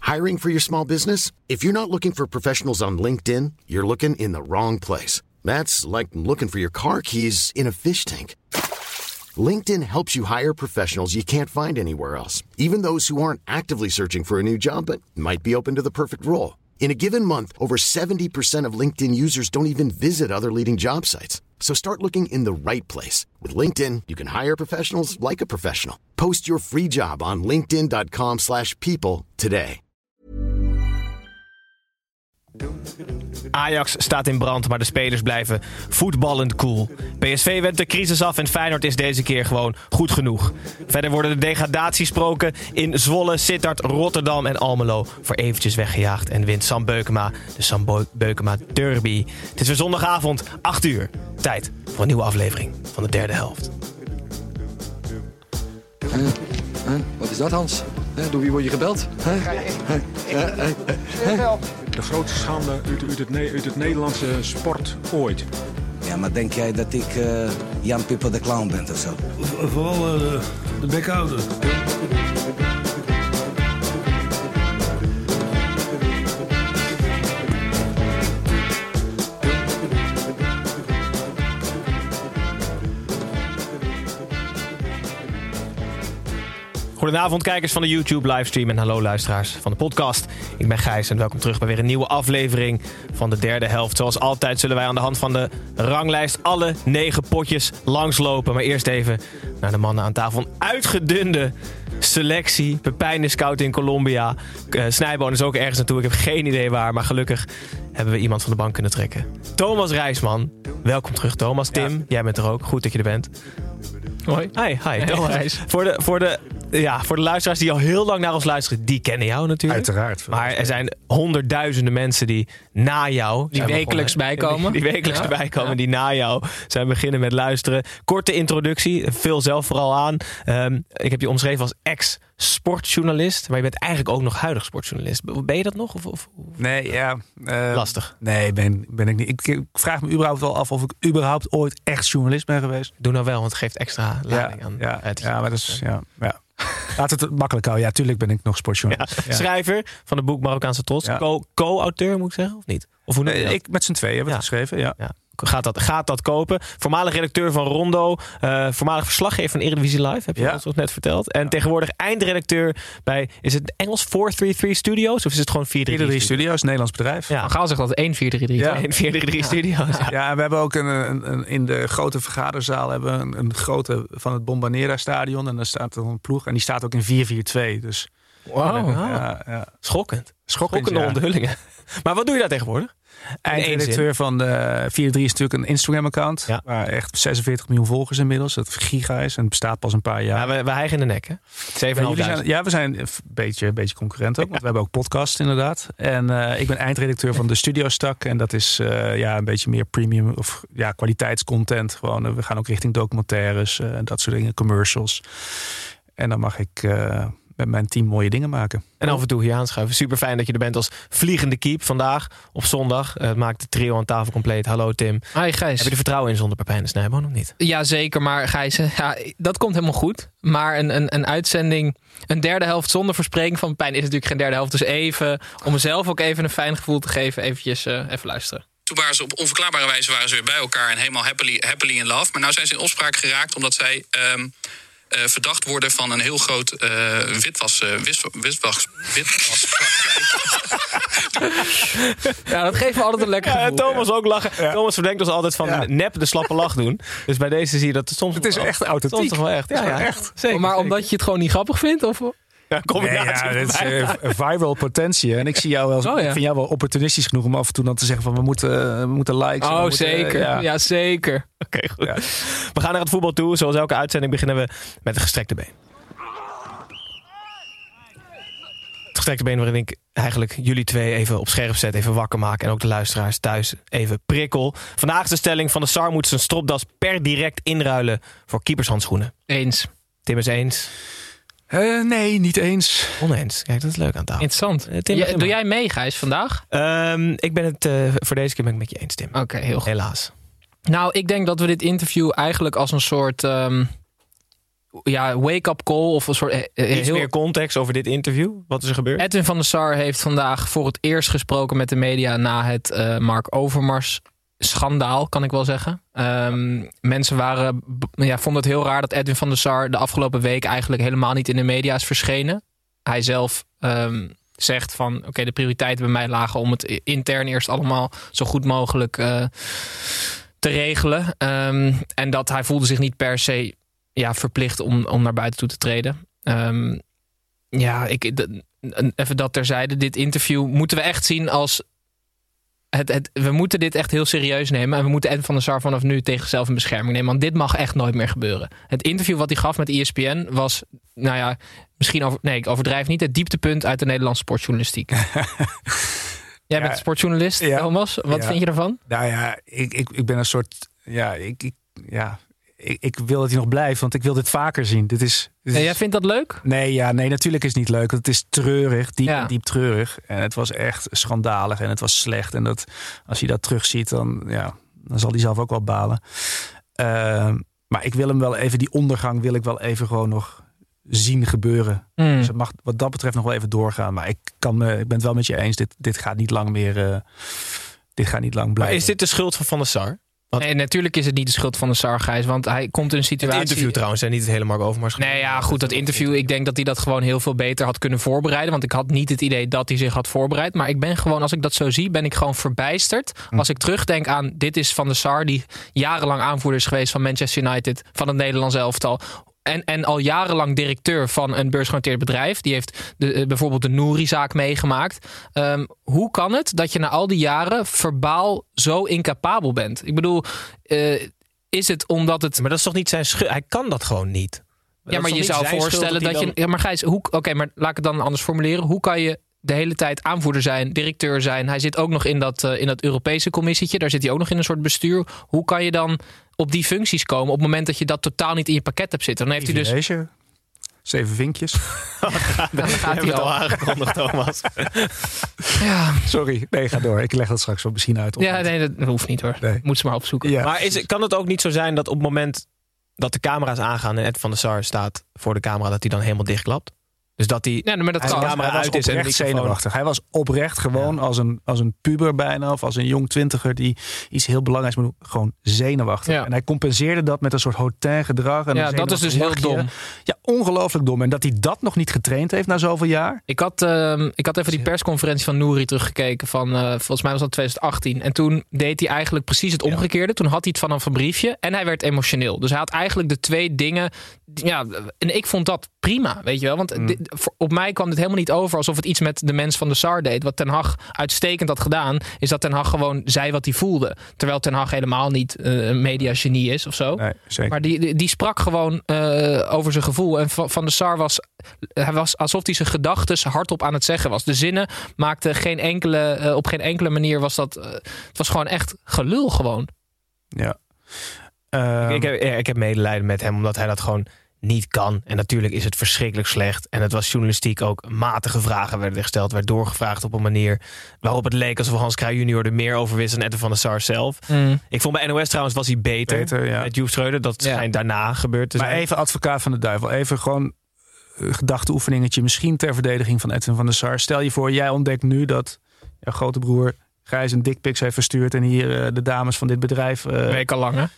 Hiring for your small business? If you're not looking for professionals on LinkedIn, you're looking in the wrong place. That's like looking for your car keys in a fish tank. LinkedIn helps you hire professionals you can't find anywhere else, even those who aren't actively searching for a new job but might be open to the perfect role. In a given month, over 70% of LinkedIn users don't even visit other leading job sites. So start looking in the right place. With LinkedIn, you can hire professionals like a professional. Post your free job on linkedin.com/people today. Ajax staat in brand, maar de spelers blijven voetballend cool. PSV went de crisis af en Feyenoord is deze keer gewoon goed genoeg. Verder worden de degradatiesproken in Zwolle, Sittard, Rotterdam en Almelo voor eventjes weggejaagd. En wint Sam Beukema de Sam Beukema Derby. Het is weer zondagavond, 8 uur. Tijd voor een nieuwe aflevering van de derde helft. Wat is dat, Hans? Door wie word je gebeld? De grootste schande uit het Nederlandse sport ooit. Ja, maar denk jij dat ik Jan Pippo de Clown ben of zo? Vooral de bekhouder. Goedenavond kijkers van de YouTube livestream en hallo luisteraars van de podcast. Ik ben Gijs en welkom terug bij weer een nieuwe aflevering van de derde helft. Zoals altijd zullen wij aan de hand van de ranglijst alle 9 potjes langslopen. Maar eerst even naar de mannen aan tafel. Een uitgedunde selectie. Pepijn is scout in Colombia. Snijboon is ook ergens naartoe. Ik heb geen idee waar, maar gelukkig hebben we iemand van de bank kunnen trekken. Thomas Rijsman. Welkom terug Thomas. Tim, jij bent er ook. Goed dat je er bent. Hoi. Hi Thomas. Voor de luisteraars die al heel lang naar ons luisteren, die kennen jou natuurlijk. Uiteraard. Maar er zijn honderdduizenden mensen die na jou Die wekelijks bijkomen. Die wekelijks bijkomen, die na jou zijn beginnen met luisteren. Korte introductie, vul zelf vooral aan. Ik heb je omschreven als ex-sportjournalist, maar je bent eigenlijk ook nog huidig sportjournalist. Ben je dat nog? Of? Nee, ja. Lastig. Nee, ben ik niet. Ik vraag me überhaupt wel af of ik überhaupt ooit echt journalist ben geweest. Doe nou wel, want het geeft extra lading aan. Ja, maar dat is... Ja. Laat het makkelijk houden. Ja, tuurlijk ben ik nog sportjournalist. Ja. Schrijver van het boek Marokkaanse Trots. Ja. Co-auteur moet ik zeggen, of niet? Of hoe ik met z'n tweeën hebben het geschreven, ja. Gaat dat kopen. Voormalig redacteur van Rondo. Voormalig verslaggever van Eredivisie Live. Heb je ons net verteld. En tegenwoordig eindredacteur bij... Is het Engels 433 Studios? Of is het gewoon 433 Studios? Nederlands bedrijf. Ja. Van Gaal zegt dat 1433. Ja, 1433 Studios. Ja, we hebben ook in de grote vergaderzaal hebben een grote van het Bombonera stadion. En daar staat er een ploeg. En die staat ook in 442. Dus... Wow. Ja. Schokkende onthullingen. Maar wat doe je daar tegenwoordig? Eindredacteur van de 433 is natuurlijk een Instagram-account. Ja. Waar echt 46 miljoen volgers inmiddels. Dat giga is en het bestaat pas een paar jaar. Ja, we hijgen in de nek, hè? 7.500. We zijn een beetje concurrent ook. Want we hebben ook podcast inderdaad. En ik ben eindredacteur van de Studiostak. En dat is een beetje meer premium of kwaliteitscontent. Gewoon, we gaan ook richting documentaires. Dat soort dingen, commercials. En dan mag ik... met mijn team mooie dingen maken. En af en toe hier aanschuiven. Super fijn dat je er bent als vliegende keep vandaag op zondag. Het maakt de trio aan tafel compleet. Hallo Tim. Hi Gijs. Heb je er vertrouwen in zonder Pepijn de Snijboon of niet? Ja, zeker. Maar Gijs, dat komt helemaal goed. Maar een uitzending, een derde helft zonder verspreking van Pepijn is natuurlijk geen derde helft. Dus even, om mezelf ook even een fijn gevoel te geven, even luisteren. Toen waren ze op onverklaarbare wijze weer bij elkaar en helemaal happily in love. Maar nu zijn ze in opspraak geraakt omdat zij... verdacht worden van een heel groot witwaspraktijk. Ja, dat geeft me altijd een lekker gevoel. Thomas ook lachen. Ja. Thomas verdenkt ons altijd van nep de slappe lach doen. Dus bij deze zie je dat soms... Het is echt authentiek. Soms toch wel echt. Ja, echt. Zeker, maar omdat je het gewoon niet grappig vindt? Of... Ja, dit is viral potentie. En ik zie jou wel, ik vind jou wel opportunistisch genoeg om af en toe dan te zeggen van we moeten likes. Oh, zeker. Ja, zeker. Oké, goed. Ja. We gaan naar het voetbal toe. Zoals elke uitzending beginnen we met een gestrekte been. Het gestrekte been waarin ik eigenlijk jullie twee even op scherp zet, even wakker maken. En ook de luisteraars thuis even prikkel. Vandaag is de stelling van de SAR moet zijn stropdas per direct inruilen voor keepershandschoenen. Eens. Tim is eens. Nee, niet eens. Oneens. Kijk, dat is leuk aan tafel. Interessant. Doe jij mee, Gijs, vandaag? Ik ben het voor deze keer met je eens, Tim. Oké, heel goed. Helaas. Nou, ik denk dat we dit interview eigenlijk als een soort wake-up call of een soort... Iets meer context over dit interview. Wat is er gebeurd? Edwin van der Sar heeft vandaag voor het eerst gesproken met de media na het Mark Overmars schandaal, kan ik wel zeggen. Mensen vonden het heel raar dat Edwin van der Sar de afgelopen week eigenlijk helemaal niet in de media is verschenen. Hij zelf zegt van oké, de prioriteiten bij mij lagen om het intern eerst allemaal zo goed mogelijk te regelen. En dat hij voelde zich niet per se verplicht om naar buiten toe te treden. Even dat terzijde. Dit interview moeten we echt zien als... we moeten dit echt heel serieus nemen. En we moeten Edwin van der Sar vanaf nu tegen zichzelf in bescherming nemen. Want dit mag echt nooit meer gebeuren. Het interview wat hij gaf met ESPN was... ik overdrijf niet. Het dieptepunt uit de Nederlandse sportjournalistiek. Jij bent sportjournalist, Thomas. Wat vind je ervan? Nou ja, ik ben een soort... Ik wil dat hij nog blijft, want ik wil dit vaker zien. Jij vindt dat leuk? Nee, natuurlijk is het niet leuk. Het is treurig, diep treurig. En het was echt schandalig en het was slecht. En als je dat terugziet, dan zal hij zelf ook wel balen. Maar ik wil hem wel even, die ondergang wil ik wel even gewoon nog zien gebeuren. Dus het mag wat dat betreft nog wel even doorgaan. Maar ik ben het wel met je eens. Dit gaat niet lang meer... dit gaat niet lang blijven. Maar is dit de schuld van der Sar? Nee, natuurlijk is het niet de schuld van de Sar, Gijs. Want hij komt in een situatie... Het interview trouwens, en niet het hele Mark Overmars. Nee, goed, dat interview. Ik denk dat hij dat gewoon heel veel beter had kunnen voorbereiden. Want ik had niet het idee dat hij zich had voorbereid. Maar ik ben gewoon, als ik dat zo zie, ben ik gewoon verbijsterd. Als ik terugdenk aan, dit is Van der Sar, die jarenlang aanvoerder is geweest van Manchester United, van het Nederlands elftal. En al jarenlang directeur van een beursgenoteerd bedrijf. Die heeft bijvoorbeeld de Nouri-zaak meegemaakt. Hoe kan het dat je na al die jaren verbaal zo incapabel bent? Ik bedoel, is het omdat het... Maar dat is toch niet zijn schuld? Hij kan dat gewoon niet. Maar je zou voorstellen dat je... Ja, maar Gijs, maar laat ik het dan anders formuleren. Hoe kan je de hele tijd aanvoerder zijn, directeur zijn? Hij zit ook nog in dat Europese commissietje. Daar zit hij ook nog in een soort bestuur. Hoe kan je dan op die functies komen op het moment dat je dat totaal niet in je pakket hebt zitten? Dan heeft hij dus... 7 vinkjes. Dan gaat hij al aangekondigd, Thomas. Ja. Sorry, nee, ga door. Ik leg dat straks wel misschien uit. Nee, dat hoeft niet hoor. Nee. Moet ze maar opzoeken. Ja. Maar kan het ook niet zo zijn dat op het moment dat de camera's aangaan en Ed van der Sar staat voor de camera, dat hij dan helemaal dichtklapt? Dus dat hij camera uit is en zenuwachtig. Hij was oprecht gewoon als een puber bijna, of als een jong twintiger die iets heel belangrijks moet doen, gewoon zenuwachtig. Ja. En hij compenseerde dat met een soort hautain gedrag. En dat is dus heel dom. Ja, ongelooflijk dom. En dat hij dat nog niet getraind heeft na zoveel jaar. Ik had even die persconferentie van Nouri teruggekeken van, volgens mij was dat 2018. En toen deed hij eigenlijk precies het omgekeerde. Toen had hij het vanaf een briefje en hij werd emotioneel. Dus hij had eigenlijk de twee dingen. Ja, en ik vond dat prima, weet je wel. Want op mij kwam dit helemaal niet over alsof het iets met de mens van de Sar deed. Wat Ten Hag uitstekend had gedaan, is dat Ten Hag gewoon zei wat hij voelde. Terwijl Ten Hag helemaal niet een mediagenie is of zo. Nee, zeker. Maar die sprak gewoon over zijn gevoel. En Van der Sar was alsof hij zijn gedachten hardop aan het zeggen was. De zinnen maakten op geen enkele manier was dat... het was gewoon echt gelul gewoon. Ja. Ik heb medelijden met hem, omdat hij dat gewoon niet kan. En natuurlijk is het verschrikkelijk slecht. En het was journalistiek ook matige vragen werden gesteld. Werd doorgevraagd op een manier waarop het leek alsof Hans Kraaij junior er meer over wist dan Edwin van der Sar zelf. Ik vond bij NOS trouwens was hij beter ja. Met Joep Schreuder. Dat schijnt daarna gebeurd te zijn. Maar even advocaat van de duivel. Even gewoon gedachteoefeningetje. Misschien ter verdediging van Edwin van der Sar. Stel je voor, jij ontdekt nu dat jouw grote broer Gijs een dickpics heeft verstuurd en hier de dames van dit bedrijf... Wekenlang, hè?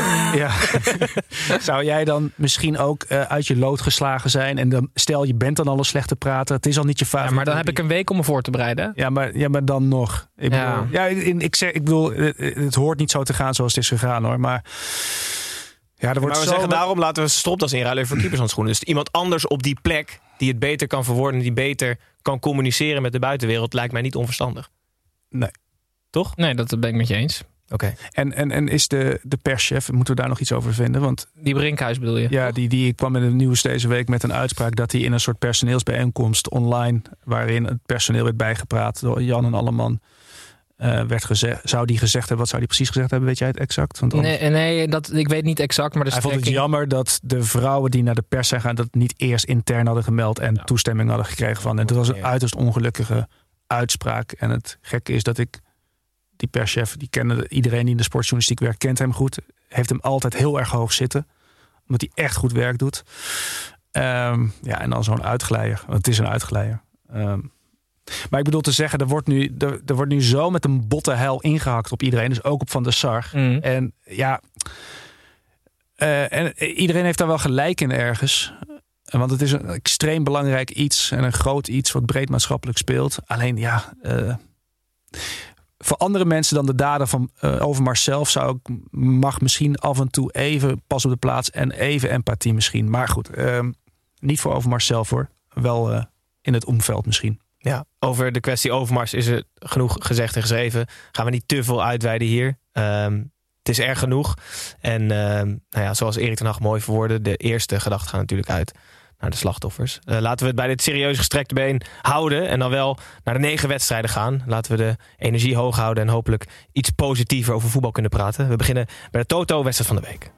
Zou jij dan misschien ook uit je lood geslagen zijn? En dan stel, je bent dan al een slechte prater. Het is al niet je vader. Ja, maar dan heb ik een week om me voor te bereiden. Ja, maar dan nog. Ik bedoel, het hoort niet zo te gaan zoals het is gegaan, hoor. Maar ja, we zeggen daarom laten we stropdas inruilen voor keepershandschoenen. Dus iemand anders op die plek die het beter kan verwoorden, die beter kan communiceren met de buitenwereld, lijkt mij niet onverstandig. Nee. Toch? Nee, dat ben ik met je eens. Oké. En is de perschef, moeten we daar nog iets over vinden? Want die Brinkhuis bedoel je? Ja, die kwam in het nieuws deze week met een uitspraak dat hij in een soort personeelsbijeenkomst online, waarin het personeel werd bijgepraat door Jan en Alleman, werd gezegd. Zou die gezegd hebben, wat zou die precies gezegd hebben? Weet jij het exact? Want nee, ik weet niet exact. Maar hij vond het jammer dat de vrouwen die naar de pers zijn gaan, dat niet eerst intern hadden gemeld en toestemming hadden gekregen van. En dat was een uiterst ongelukkige uitspraak. En het gekke is dat die perschef, die kende iedereen die in de sportjournalistiek werkt, kent hem goed. Heeft hem altijd heel erg hoog zitten. Omdat hij echt goed werk doet. En dan zo'n uitgeleider. Want het is een uitgeleider. Maar ik bedoel te zeggen, er wordt nu zo met een botte hel ingehakt op iedereen. Dus ook op Van der Sar. En iedereen heeft daar wel gelijk in ergens. Want het is een extreem belangrijk iets. En een groot iets wat breed maatschappelijk speelt. Alleen voor andere mensen dan de dader van Overmars zelf mag misschien af en toe even pas op de plaats en even empathie misschien. Maar goed, niet voor Overmars zelf hoor. Wel in het omveld misschien. Ja, over de kwestie Overmars is er genoeg gezegd en geschreven. Gaan we niet te veel uitweiden hier. Het is erg genoeg. En zoals Erik ten Hag mooi verwoordde, de eerste gedachte gaat natuurlijk uit naar de slachtoffers. Laten we het bij dit serieus gestrekte been houden en dan wel naar de 9 wedstrijden gaan. Laten we de energie hoog houden en hopelijk iets positiever over voetbal kunnen praten. We beginnen bij de Toto-wedstrijd van de week.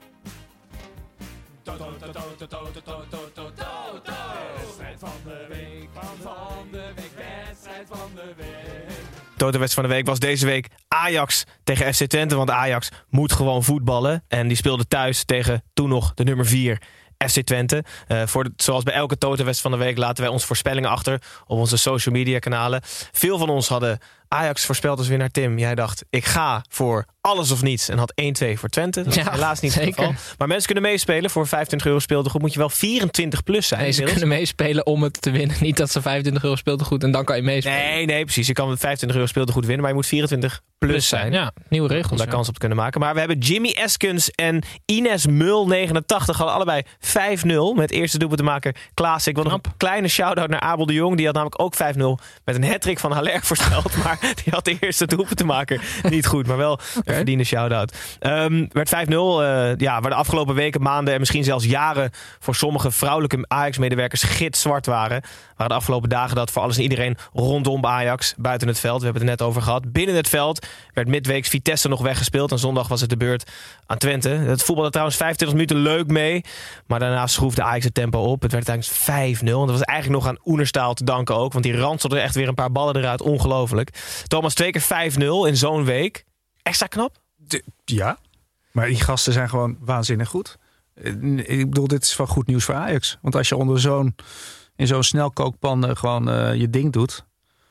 Toto-wedstrijd van de week was deze week Ajax tegen FC Twente. Want Ajax moet gewoon voetballen. En die speelde thuis tegen toen nog de nummer 4 FC Twente. Zoals bij elke Toto-wedstrijd van de week laten wij onze voorspellingen achter op onze social media kanalen. Veel van ons hadden Ajax voorspeld als winnaar. Tim, jij dacht, ik ga voor alles of niets. En had 1-2 voor Twente. Dat is helaas niet het geval. Maar mensen kunnen meespelen. Voor €25 speeltegoed moet je wel 24 plus zijn. Nee, ze kunnen meespelen om het te winnen. Niet dat ze €25 speeltegoed en dan kan je meespelen. Nee, precies. Je kan met €25 speeltegoed winnen, maar je moet 24 plus zijn. Ja, nieuwe regels. Om daar kans op te kunnen maken. Maar we hebben Jimmy Eskens en Ines Mul 89 hadden allebei 5-0. Met eerste doelpuntenmaker Klaas. Ik wil nog een kleine shout-out naar Abel de Jong. Die had namelijk ook 5-0 met een hattrick van Haller voorspeld. Maar die had de eerste doelpuntenmaker niet goed. Maar wel een verdiende shout-out. Werd 5-0. Waar de afgelopen weken, maanden en misschien zelfs jaren voor sommige vrouwelijke Ajax-medewerkers gitzwart waren de afgelopen dagen dat voor alles en iedereen rondom Ajax, buiten het veld. We hebben het er net over gehad. Binnen het veld werd midweeks Vitesse nog weggespeeld. En zondag was het de beurt aan Twente. Het voetbalde trouwens 25 minuten leuk mee. Maar daarna schroefde Ajax het tempo op. Het werd uiteindelijk 5-0. En dat was eigenlijk nog aan Oenerstaal te danken ook. Want die ranselde echt weer een paar ballen eruit. Ongelooflijk. Thomas, 2 keer 5-0 in zo'n week. Extra knap? Ja, maar die gasten zijn gewoon waanzinnig goed. Ik bedoel, dit is wel goed nieuws voor Ajax. Want als je in zo'n snelkookpan gewoon je ding doet.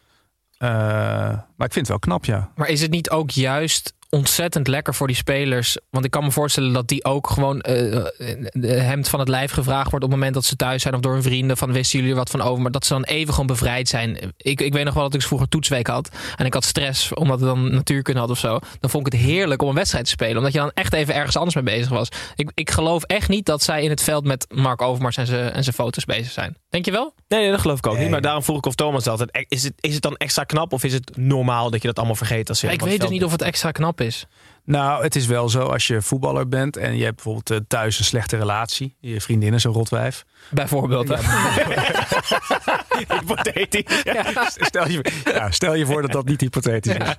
Maar ik vind het wel knap, ja. Maar is het niet ook juist ontzettend lekker voor die spelers? Want ik kan me voorstellen dat die ook gewoon de hemd van het lijf gevraagd wordt op het moment dat ze thuis zijn of door hun vrienden van wisten jullie er wat van over, maar dat ze dan even gewoon bevrijd zijn. Ik weet nog wel dat ik vroeger toetsweek had en ik had stress omdat het dan natuurkunde had of zo. Dan vond ik het heerlijk om een wedstrijd te spelen, omdat je dan echt even ergens anders mee bezig was. Ik geloof echt niet dat zij in het veld met Mark Overmars en zijn foto's bezig zijn. Denk je wel? Nee, dat geloof ik ook niet. Maar daarom vroeg ik of Thomas altijd. Is het dan extra knap of is het normaal dat je dat allemaal vergeet? Als je ik weet dus niet of het extra knap is. Nou, het is wel zo als je voetballer bent en je hebt bijvoorbeeld thuis een slechte relatie. Je vriendin is een rotwijf. Bijvoorbeeld. Ja. Hypothetisch. Ja. Stel je voor dat dat niet hypothetisch is.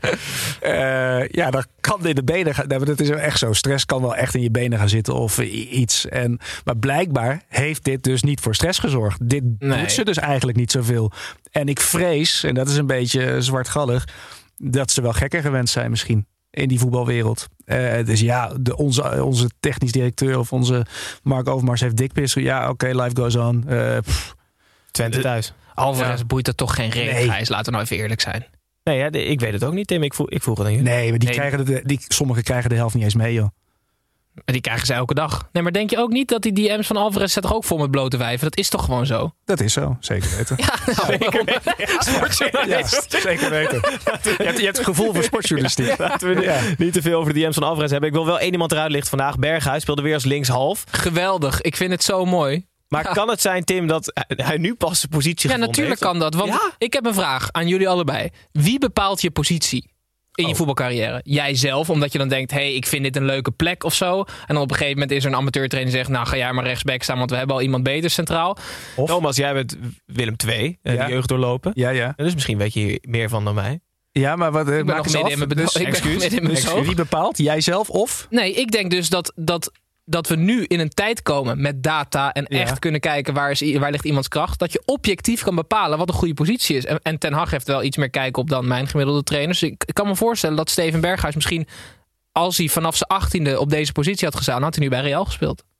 Dan kan in de benen gaan. Dat is echt zo. Stress kan wel echt in je benen gaan zitten of iets. Maar blijkbaar heeft dit dus niet voor stress gezorgd. Dit doet ze dus eigenlijk niet zoveel. En ik vrees, en dat is een beetje zwartgallig, dat ze wel gekker gewend zijn misschien in die voetbalwereld. Dus ja, onze technisch directeur of onze Mark Overmars heeft dikpis. Ja, oké, life goes on. Twente thuis. Alvarez boeit er toch geen reden, Gijs. Laten we nou even eerlijk zijn. Nee, ik weet het ook niet, Tim. Ik vroeg het aan jullie. Nee, maar sommigen krijgen de helft niet eens mee, joh. Maar die krijgen ze elke dag. Nee, maar denk je ook niet dat die DM's van Alvarez zet toch ook vol met blote wijven? Dat is toch gewoon zo? Dat is zo, zeker weten. Ja, zeker weten. Sportjournalist. Ja, zeker weten. Je hebt het gevoel voor sportjournalistiek. Laten we niet te veel over de DM's van Alvarez hebben. Ik wil wel één iemand eruit lichten vandaag. Berghuis speelde weer als linkshalf. Geweldig. Ik vind het zo mooi. Maar kan het zijn, Tim, dat hij nu pas de positie gevonden heeft? Ja, natuurlijk kan dat. Want ik heb een vraag aan jullie allebei. Wie bepaalt je positie in je voetbalcarrière? Jij zelf, omdat je dan denkt, ik vind dit een leuke plek of zo. En dan op een gegeven moment is er een amateurtrainer die zegt, nou ga jij maar rechtsback staan, want we hebben al iemand beter centraal. Of Thomas, jij bent Willem II, de jeugd doorlopen. Ja. Dus misschien weet je hier meer van dan mij. Ja, maar wat ik ben nog midden in mijn zoog. Wie bepaalt? Jijzelf of? Nee, ik denk dus dat we nu in een tijd komen met data en echt kunnen kijken waar ligt iemands kracht. Dat je objectief kan bepalen wat een goede positie is. En Ten Hag heeft wel iets meer kijk op dan mijn gemiddelde trainers. Dus ik kan me voorstellen dat Steven Berghuis misschien, als hij vanaf zijn 18e op deze positie had gestaan, had hij nu bij Real gespeeld.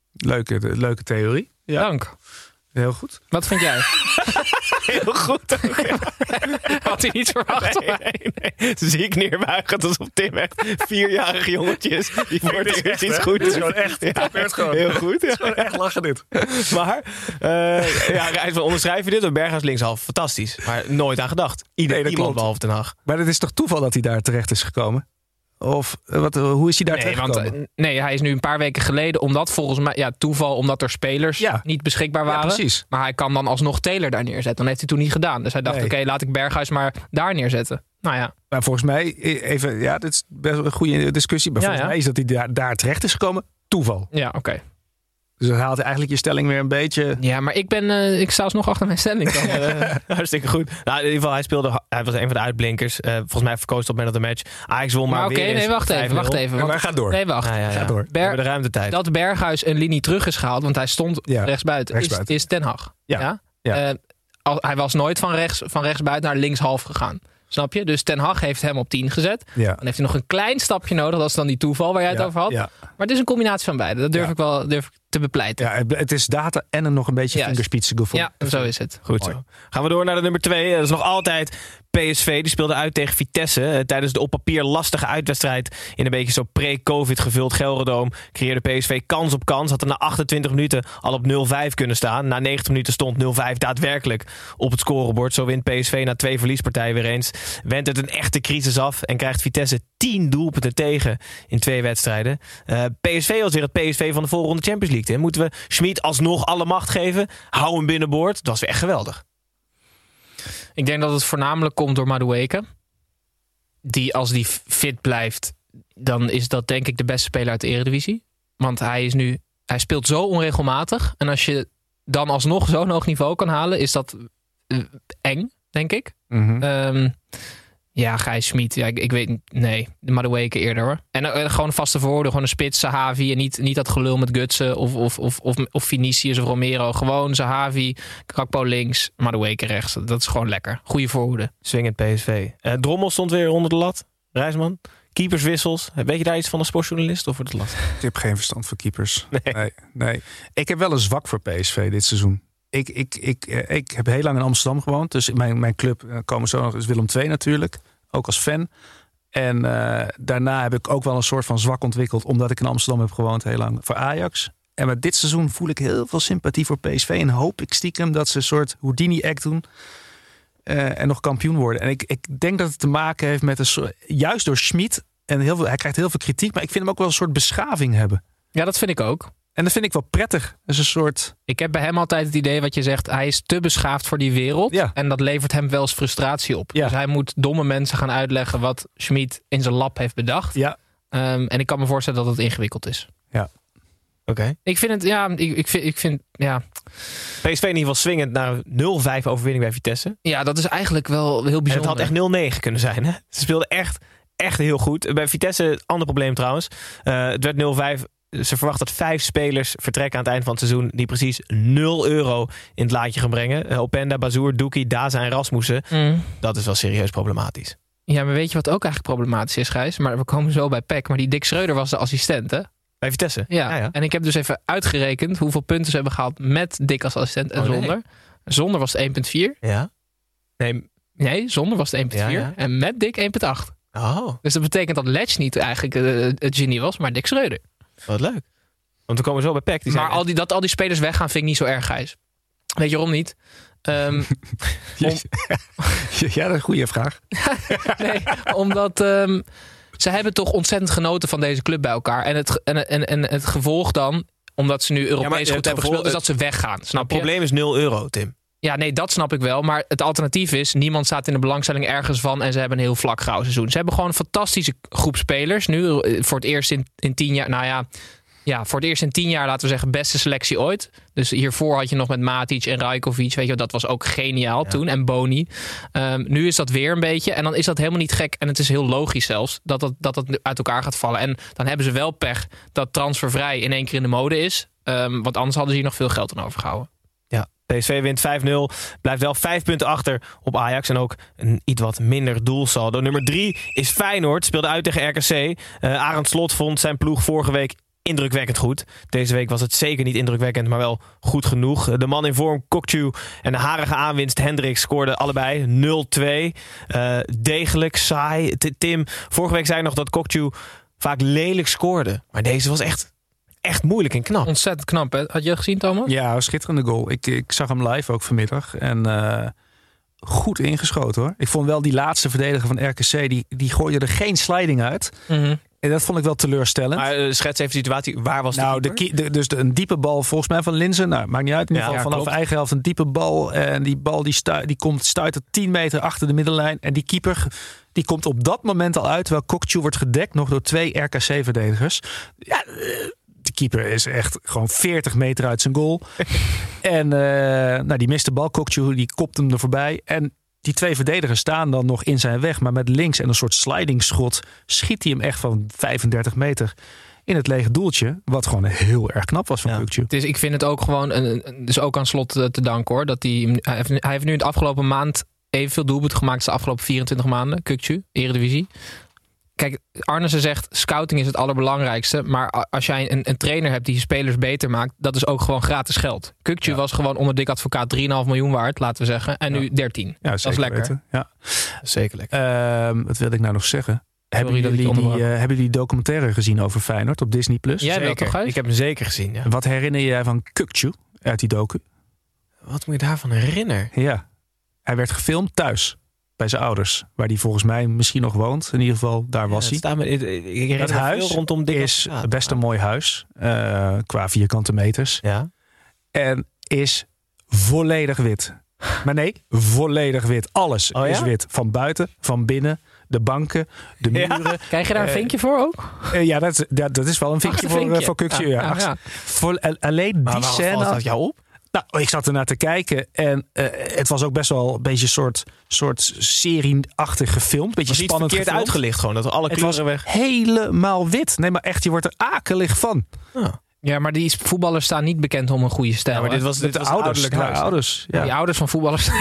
Leuke theorie. Ja. Dank. Heel goed. Wat vind jij? Heel goed. Had hij niet verwacht. Nee. Dan zie ik neerbuigend alsof Tim echt 4-jarig jongetje is. Die voor het eerst iets goed Het is gewoon echt. Heel goed. Het is gewoon echt lachen dit. Maar, Rijsman, onderschrijf je dit? Door Berghuis linkshalf. Fantastisch. Maar nooit aan gedacht. Iemand klopt. behalve Ten Hag. Maar het is toch toeval dat hij daar terecht is gekomen? Of hoe is hij daar terecht gekomen? Hij is nu een paar weken geleden, omdat volgens mij, toeval, omdat er spelers niet beschikbaar waren. Ja, precies. Maar hij kan dan alsnog Taylor daar neerzetten. Dan heeft hij toen niet gedaan. Dus hij dacht, oké, laat ik Berghuis maar daar neerzetten. Nou ja. Maar volgens mij, dit is best een goede discussie. Maar volgens mij is dat hij daar terecht is gekomen. Toeval. Ja, oké. Dus dan haalt hij eigenlijk je stelling weer een beetje... Ja, maar ik sta alsnog achter mijn stelling. Hartstikke goed. Nou, in ieder geval, hij was een van de uitblinkers. Volgens mij verkozen op Man of the Match. Ajax won maar weer eens. Wacht even. Maar ga door. Nee, wacht. Ga door. We hebben de ruimtetijd. Dat Berghuis een linie terug is gehaald, want hij stond rechtsbuiten. Is Ten Hag. Ja. Hij was nooit van rechtsbuiten naar linkshalf gegaan. Snap je? Dus Ten Hag heeft hem op 10 gezet. Ja. Dan heeft hij nog een klein stapje nodig. Dat is dan die toeval waar jij het over had. Ja. Maar het is een combinatie van beide. Dat durf ik te bepleiten. Ja, het is data en nog een beetje vingerspitsengevoel. Ja, zo is het. Goed zo. Gaan we door naar de nummer 2. Dat is nog altijd PSV. Die speelde uit tegen Vitesse. Tijdens de op papier lastige uitwedstrijd in een beetje zo pre-covid gevuld Gelredome creëerde PSV kans op kans. Had er na 28 minuten al op 0-5 kunnen staan. Na 90 minuten stond 0-5 daadwerkelijk op het scorebord. Zo wint PSV na 2 verliespartijen weer eens. Wendt het een echte crisis af en krijgt Vitesse 10 doelpunten tegen in 2 wedstrijden. PSV was weer het PSV van de voorronde Champions League. Moeten we Schmid alsnog alle macht geven? Hou hem binnenboord. Dat was weer echt geweldig. Ik denk dat het voornamelijk komt door Madueke. Als die fit blijft, dan is dat denk ik de beste speler uit de Eredivisie. Want hij speelt zo onregelmatig. En als je dan alsnog zo'n hoog niveau kan halen, is dat eng, denk ik. Mm-hmm. Gijs Schmid. Ja, ik weet niet. Nee, de Madueke eerder hoor. En gewoon vaste voorwoorden. Gewoon een spits, Sahavi. En niet dat gelul met Gutsen of Vinicius of Romero. Gewoon Sahavi, Kakpo links, Madueke rechts. Dat is gewoon lekker. Goeie voorhoede. Swingend PSV. Drommel stond weer onder de lat. Rijsman. Keeperswissels. Weet je daar iets van als sportjournalist? Of wordt het lastig? Ik heb geen verstand van keepers. Nee. Ik heb wel een zwak voor PSV dit seizoen. Ik heb heel lang in Amsterdam gewoond. Dus mijn club komen zo nog is Willem II natuurlijk. Ook als fan. En daarna heb ik ook wel een soort van zwak ontwikkeld. Omdat ik in Amsterdam heb gewoond heel lang voor Ajax. En met dit seizoen voel ik heel veel sympathie voor PSV. En hoop ik stiekem dat ze een soort Houdini-act doen. En nog kampioen worden. En ik denk dat het te maken heeft met een soort... Juist door Schmid. En hij krijgt heel veel kritiek. Maar ik vind hem ook wel een soort beschaving hebben. Ja, dat vind ik ook. En dat vind ik wel prettig. Dat is een soort... Ik heb bij hem altijd het idee wat je zegt. Hij is te beschaafd voor die wereld. Ja. En dat levert hem wel eens frustratie op. Ja. Dus hij moet domme mensen gaan uitleggen wat Schmid in zijn lab heeft bedacht. Ja. En ik kan me voorstellen dat het ingewikkeld is. Ja. Oké. Ik vind het, ik vind PSV in ieder geval swingend naar 0-5 overwinning bij Vitesse. Ja, dat is eigenlijk wel heel bijzonder. En het had echt 0-9 kunnen zijn. Hè? Ze speelden echt heel goed. Bij Vitesse, ander probleem trouwens. Het werd 0-5. Ze verwacht dat 5 spelers vertrekken aan het eind van het seizoen die precies €0 in het laadje gaan brengen. Openda, Bazoer, Doekie, Daza en Rasmussen. Dat is wel serieus problematisch. Ja, maar weet je wat ook eigenlijk problematisch is, Gijs? Maar we komen zo bij PEC. Maar die Dick Schreuder was de assistent, hè? Bij Vitesse? Ja. En ik heb dus even uitgerekend hoeveel punten ze hebben gehaald met Dick als assistent en zonder. Nee. Zonder was het 1,4. Ja. Nee, zonder was het 1,4. Ja. En met Dick 1,8. Oh. Dus dat betekent dat Letch niet eigenlijk het genie was, maar Dick Schreuder. Wat leuk. Want we komen zo bij PEC. Maar al die spelers weggaan vind ik niet zo erg, Gijs. Weet je waarom niet? Ja, dat is een goede vraag. Nee, omdat ze hebben toch ontzettend genoten van deze club bij elkaar. En het gevolg dan, omdat ze nu Europees goed hebben gespeeld, is dat ze weggaan. Snap je? Het probleem is €0, Tim. Ja, nee, dat snap ik wel. Maar het alternatief is, niemand staat in de belangstelling ergens van en ze hebben een heel vlak grauw seizoen. Ze hebben gewoon een fantastische groep spelers. Nu voor het eerst in 10 jaar, voor het eerst in 10 jaar, laten we zeggen, beste selectie ooit. Dus hiervoor had je nog met Matic en Rajkovic, weet je, dat was ook geniaal toen. En Boni. Nu is dat weer een beetje. En dan is dat helemaal niet gek. En het is heel logisch zelfs dat uit elkaar gaat vallen. En dan hebben ze wel pech dat transfervrij in één keer in de mode is. Want anders hadden ze hier nog veel geld aan overgehouden. Ja, PSV wint 5-0. Blijft wel 5 punten achter op Ajax. En ook een iets wat minder doelsaldo. Nummer 3 is Feyenoord. Speelde uit tegen RKC. Arend Slot vond zijn ploeg vorige week indrukwekkend goed. Deze week was het zeker niet indrukwekkend, maar wel goed genoeg. De man in vorm, Kökçü, en de harige aanwinst Hendricks scoorden allebei 0-2. Degelijk, saai. Tim, vorige week zei nog dat Kökçü vaak lelijk scoorde. Maar deze was echt moeilijk en knap. Ontzettend knap, hè? Had je het gezien, Thomas? Ja, een schitterende goal. Ik zag hem live ook vanmiddag. En goed ingeschoten, hoor. Ik vond wel die laatste verdediger van RKC... die gooide er geen sliding uit. Mm-hmm. En dat vond ik wel teleurstellend. Maar schets even de situatie. Waar was dus een diepe bal volgens mij van Linzen. Nou, maakt niet uit. In ieder geval vanaf eigen helft een diepe bal. En die bal die komt stuitert 10 meter achter de middenlijn. En die keeper die komt op dat moment al uit. Terwijl Kökçü wordt gedekt nog door 2 RKC-verdedigers. Ja, de keeper is echt gewoon 40 meter uit zijn goal. En die mist de bal. Kökçü die kopt hem er voorbij. En die 2 verdedigers staan dan nog in zijn weg. Maar met links en een soort slidingschot schiet hij hem echt van 35 meter in het lege doeltje. Wat gewoon heel erg knap was van Kökçü. Dus ik vind het ook gewoon, dus ook aan Slot te danken, hoor. Dat hij heeft nu in de afgelopen maand evenveel doelpunten gemaakt als de afgelopen 24 maanden. Kökçü, Eredivisie. Kijk, Arnesen zegt, scouting is het allerbelangrijkste. Maar als jij een trainer hebt die je spelers beter maakt, dat is ook gewoon gratis geld. Kökçü was gewoon onder dik advocaat 3,5 miljoen waard, laten we zeggen. En nu 13. Ja, dat is lekker. Weten. Ja. Zeker lekker. Wat wilde ik nou nog zeggen? Hebben jullie die documentaire gezien over Feyenoord op Disney+? Jij wel, toch, Gijs? Ik heb hem zeker gezien, ja. Wat herinner jij van Kökçü uit die docu? Wat moet je daarvan herinneren? Ja, hij werd gefilmd thuis. Bij zijn ouders, waar hij volgens mij misschien nog woont. In ieder geval, daar was hij. Dat huis rondom is best een mooi huis. Qua vierkante meters. Ja. En is volledig wit. Maar nee, volledig wit. Alles is wit. Van buiten, van binnen, de banken, de muren. Ja. Krijg je daar een vinkje voor ook? Ja, dat is wel een vinkje voor Kökçü. Ja. Alleen die scène... Valt dat jou op? Nou, ik zat ernaar te kijken en het was ook best wel een beetje een soort serie-achtig gefilmd. Beetje was spannend verkeerd gefilmd. Uitgelicht gewoon, dat alle kleuren weg. Helemaal wit. Nee, maar echt, je wordt er akelig van. Oh. Ja, maar die voetballers staan niet bekend om een goede stijl. Ja, maar dit was de ouders. Ja. Die ouders van voetballers.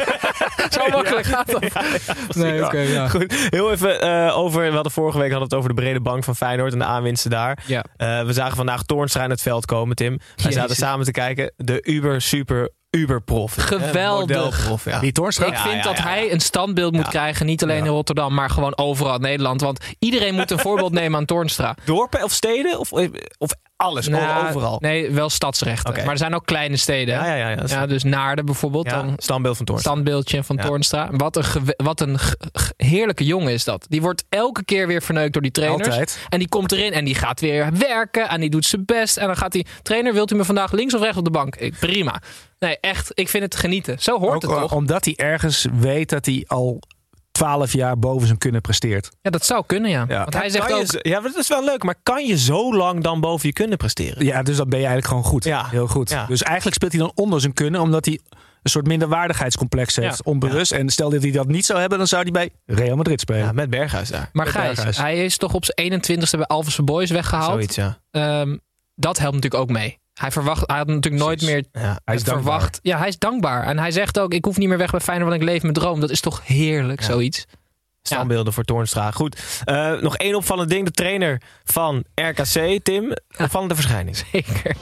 Zo makkelijk gaat dat. Nee, oké. Goed, heel even over... We hadden vorige week het over de brede bank van Feyenoord en de aanwinsten daar. Ja. We zagen vandaag Toornstra in het veld komen, Tim. Wij zaten samen te kijken. De uberprof. Geweldig. Die Toornstra. Ik vind dat hij een standbeeld moet krijgen. Niet alleen in Rotterdam, maar gewoon overal in Nederland. Want iedereen moet een voorbeeld nemen aan Toornstra. Dorpen of steden? Of alles? Overal? Nee, wel stadsrechten. Okay. Maar er zijn ook kleine steden. Ja, dus Naarden bijvoorbeeld. Ja, dan standbeeld van Toornstra. Standbeeldje van Toornstra. Wat een heerlijke jongen is dat. Die wordt elke keer weer verneukt door die trainers. Altijd. En die komt erin en die gaat weer werken. En die doet zijn best. En dan gaat die trainer, wilt u me vandaag links of rechts op de bank? Prima. Nee, echt. Ik vind het genieten. Zo hoort ook, het toch? Omdat hij ergens weet dat hij al 12 jaar boven zijn kunnen presteert. Ja, dat zou kunnen, ja. Want hij zegt ook... Ja, dat is wel leuk. Maar kan je zo lang dan boven je kunnen presteren? Ja, dus dan ben je eigenlijk gewoon goed. Ja. Heel goed. Ja. Dus eigenlijk speelt hij dan onder zijn kunnen, omdat hij een soort minderwaardigheidscomplex heeft, onbewust. Ja. En stel dat hij dat niet zou hebben, dan zou hij bij Real Madrid spelen. Ja, met Berghuis daar. Maar Gijs, hij is toch op zijn 21ste bij Alphense Boys weggehaald. Zoiets, ja. Dat helpt natuurlijk ook mee. Hij had natuurlijk nooit meer hij is verwacht. Dankbaar. Ja, hij is dankbaar. En hij zegt ook, ik hoef niet meer weg bij Feyenoord, want ik leef mijn droom. Dat is toch heerlijk, zoiets. Standbeelden voor Toornstra. Goed. Nog één opvallend ding. De trainer van RKC, Tim. Opvallende verschijning. Zeker.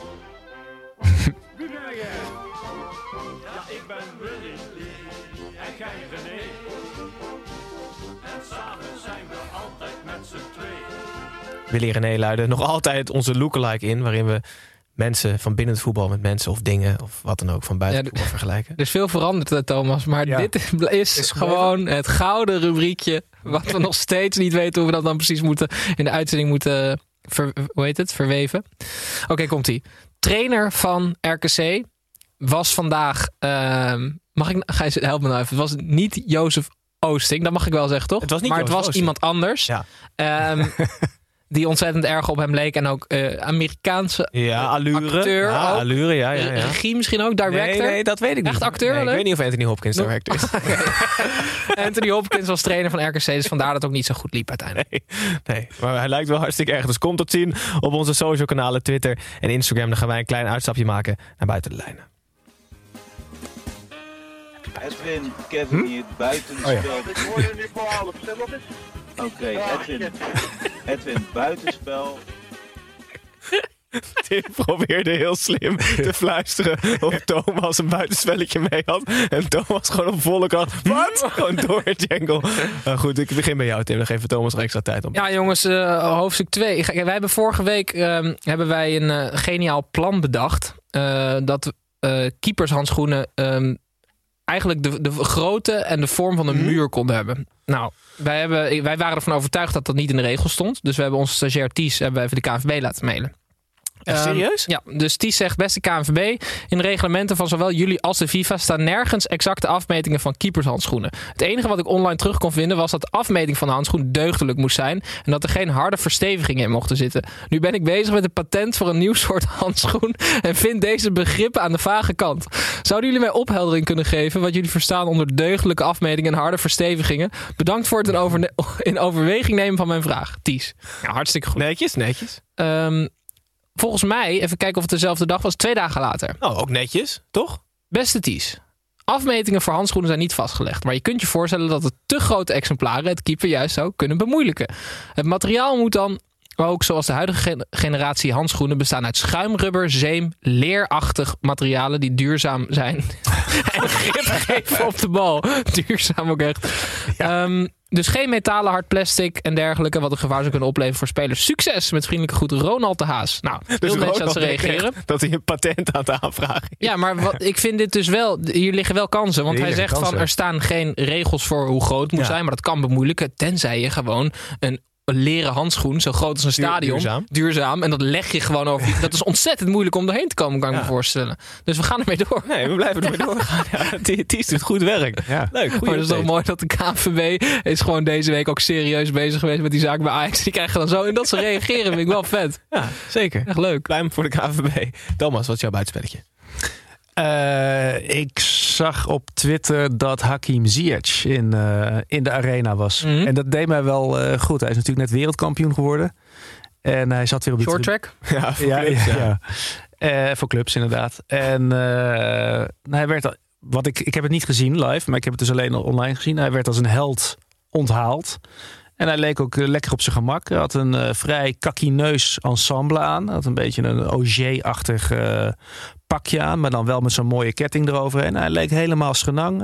Ik ben Willy en jij René. En samen zijn we altijd met z'n tweeën. Willy René luidde nog altijd onze lookalike in, waarin we mensen van binnen het voetbal met mensen of dingen of wat dan ook van buiten het voetbal vergelijken. Er is veel veranderd, Thomas, maar dit is gewoon het gouden rubriekje wat we nog steeds niet weten hoe we dat dan precies moeten in de uitzending moeten verweven. Oké, komt-ie. Trainer van RKC was vandaag, help me nou even, het was niet Jozef Oosting, dat mag ik wel zeggen, toch? Het was niet maar Jozef het was Oosting. Iemand anders. Ja. Die ontzettend erg op hem leek. En ook Amerikaanse allure. acteur. Ja, ook. allure, ja. Regie misschien ook, director. Nee, dat weet ik niet. Echt acteur? Nee, ik weet niet of Anthony Hopkins director is. Anthony Hopkins was trainer van RKC. Dus vandaar dat het ook niet zo goed liep uiteindelijk. Nee, maar hij lijkt wel hartstikke erg. Dus komt tot zien op onze social kanalen Twitter en Instagram. Dan gaan wij een klein uitstapje maken naar buiten de lijnen. Edwin, Kevin hier, buitenspel. Ik hoor je nu voor half. Stem op eens. Oké, Edwin, buitenspel. Tim probeerde heel slim te fluisteren of Thomas een buitenspelletje mee had. En Thomas gewoon op volle kracht. Wat? Gewoon door het jangle. Goed, ik begin bij jou, Tim. Dan geven we Thomas er extra tijd om. Ja, jongens, hoofdstuk 2. Wij hebben vorige week hebben wij een geniaal plan bedacht. Dat keepershandschoenen eigenlijk de grootte en de vorm van een muur konden hebben. Nou, wij waren ervan overtuigd dat dat niet in de regels stond. Dus we hebben onze stagiair Ties even de KNVB laten mailen. Echt serieus? Ja, dus Ties zegt, beste KNVB, in de reglementen van zowel jullie als de FIFA staan nergens exacte afmetingen van keepershandschoenen. Het enige wat ik online terug kon vinden was dat de afmeting van de handschoen deugdelijk moest zijn en dat er geen harde verstevigingen in mochten zitten. Nu ben ik bezig met een patent voor een nieuw soort handschoen en vind deze begrippen aan de vage kant. Zouden jullie mij opheldering kunnen geven wat jullie verstaan onder deugdelijke afmetingen en harde verstevigingen? Bedankt voor het in overweging nemen van mijn vraag. Ties. Ja, hartstikke goed. Netjes. Volgens mij, even kijken of het dezelfde dag was, 2 dagen later. Oh, ook netjes, toch? Beste Ties. Afmetingen voor handschoenen zijn niet vastgelegd. Maar je kunt je voorstellen dat het te grote exemplaren het keeper juist zou kunnen bemoeilijken. Het materiaal moet dan ook, zoals de huidige generatie handschoenen, bestaan uit schuimrubber, zeem, leerachtig materialen die duurzaam zijn. En grip geven op de bal. Duurzaam ook echt. Ja. Dus geen metalen, hard plastic en dergelijke, wat een gevaar zou kunnen opleveren voor spelers. Succes met vriendelijke groet, Ronald de Haas. Nou, veel mensen dat ze reageren. Dat hij een patent aan het aanvragen is. Ja, maar ik vind dit dus wel, hier liggen wel kansen. Want hij zegt van, er staan geen regels voor hoe groot het moet zijn, maar dat kan bemoeilijken, tenzij je gewoon een leren handschoen, zo groot als een stadion. Duurzaam. En dat leg je gewoon over. Dat is ontzettend moeilijk om doorheen te komen, kan ik me voorstellen. Dus we gaan ermee door. Nee, we blijven ermee doorgaan. Ja, Ties doet goed werk. Ja. Leuk, maar het is toch mooi dat de KNVB is gewoon deze week ook serieus bezig geweest met die zaak bij Ajax. Die krijgen dan zo. En dat ze reageren vind ik wel vet. Ja, zeker. Echt leuk. Pluim voor de KNVB. Thomas, wat is jouw buitenspelletje? Ik zag op Twitter dat Hakim Ziyech in de arena was. Mm-hmm. En dat deed mij wel goed. Hij is natuurlijk net wereldkampioen geworden. En hij zat weer op de short track? Ja, voor clubs. Ja. Voor clubs inderdaad. En hij werd, ik heb het niet gezien live, maar ik heb het dus alleen online gezien. Hij werd als een held onthaald. En hij leek ook lekker op zijn gemak. Hij had een vrij kakineus ensemble aan. Hij had een beetje een Auger-achtig pakje aan, maar dan wel met zo'n mooie ketting eroverheen. Hij leek helemaal schenang.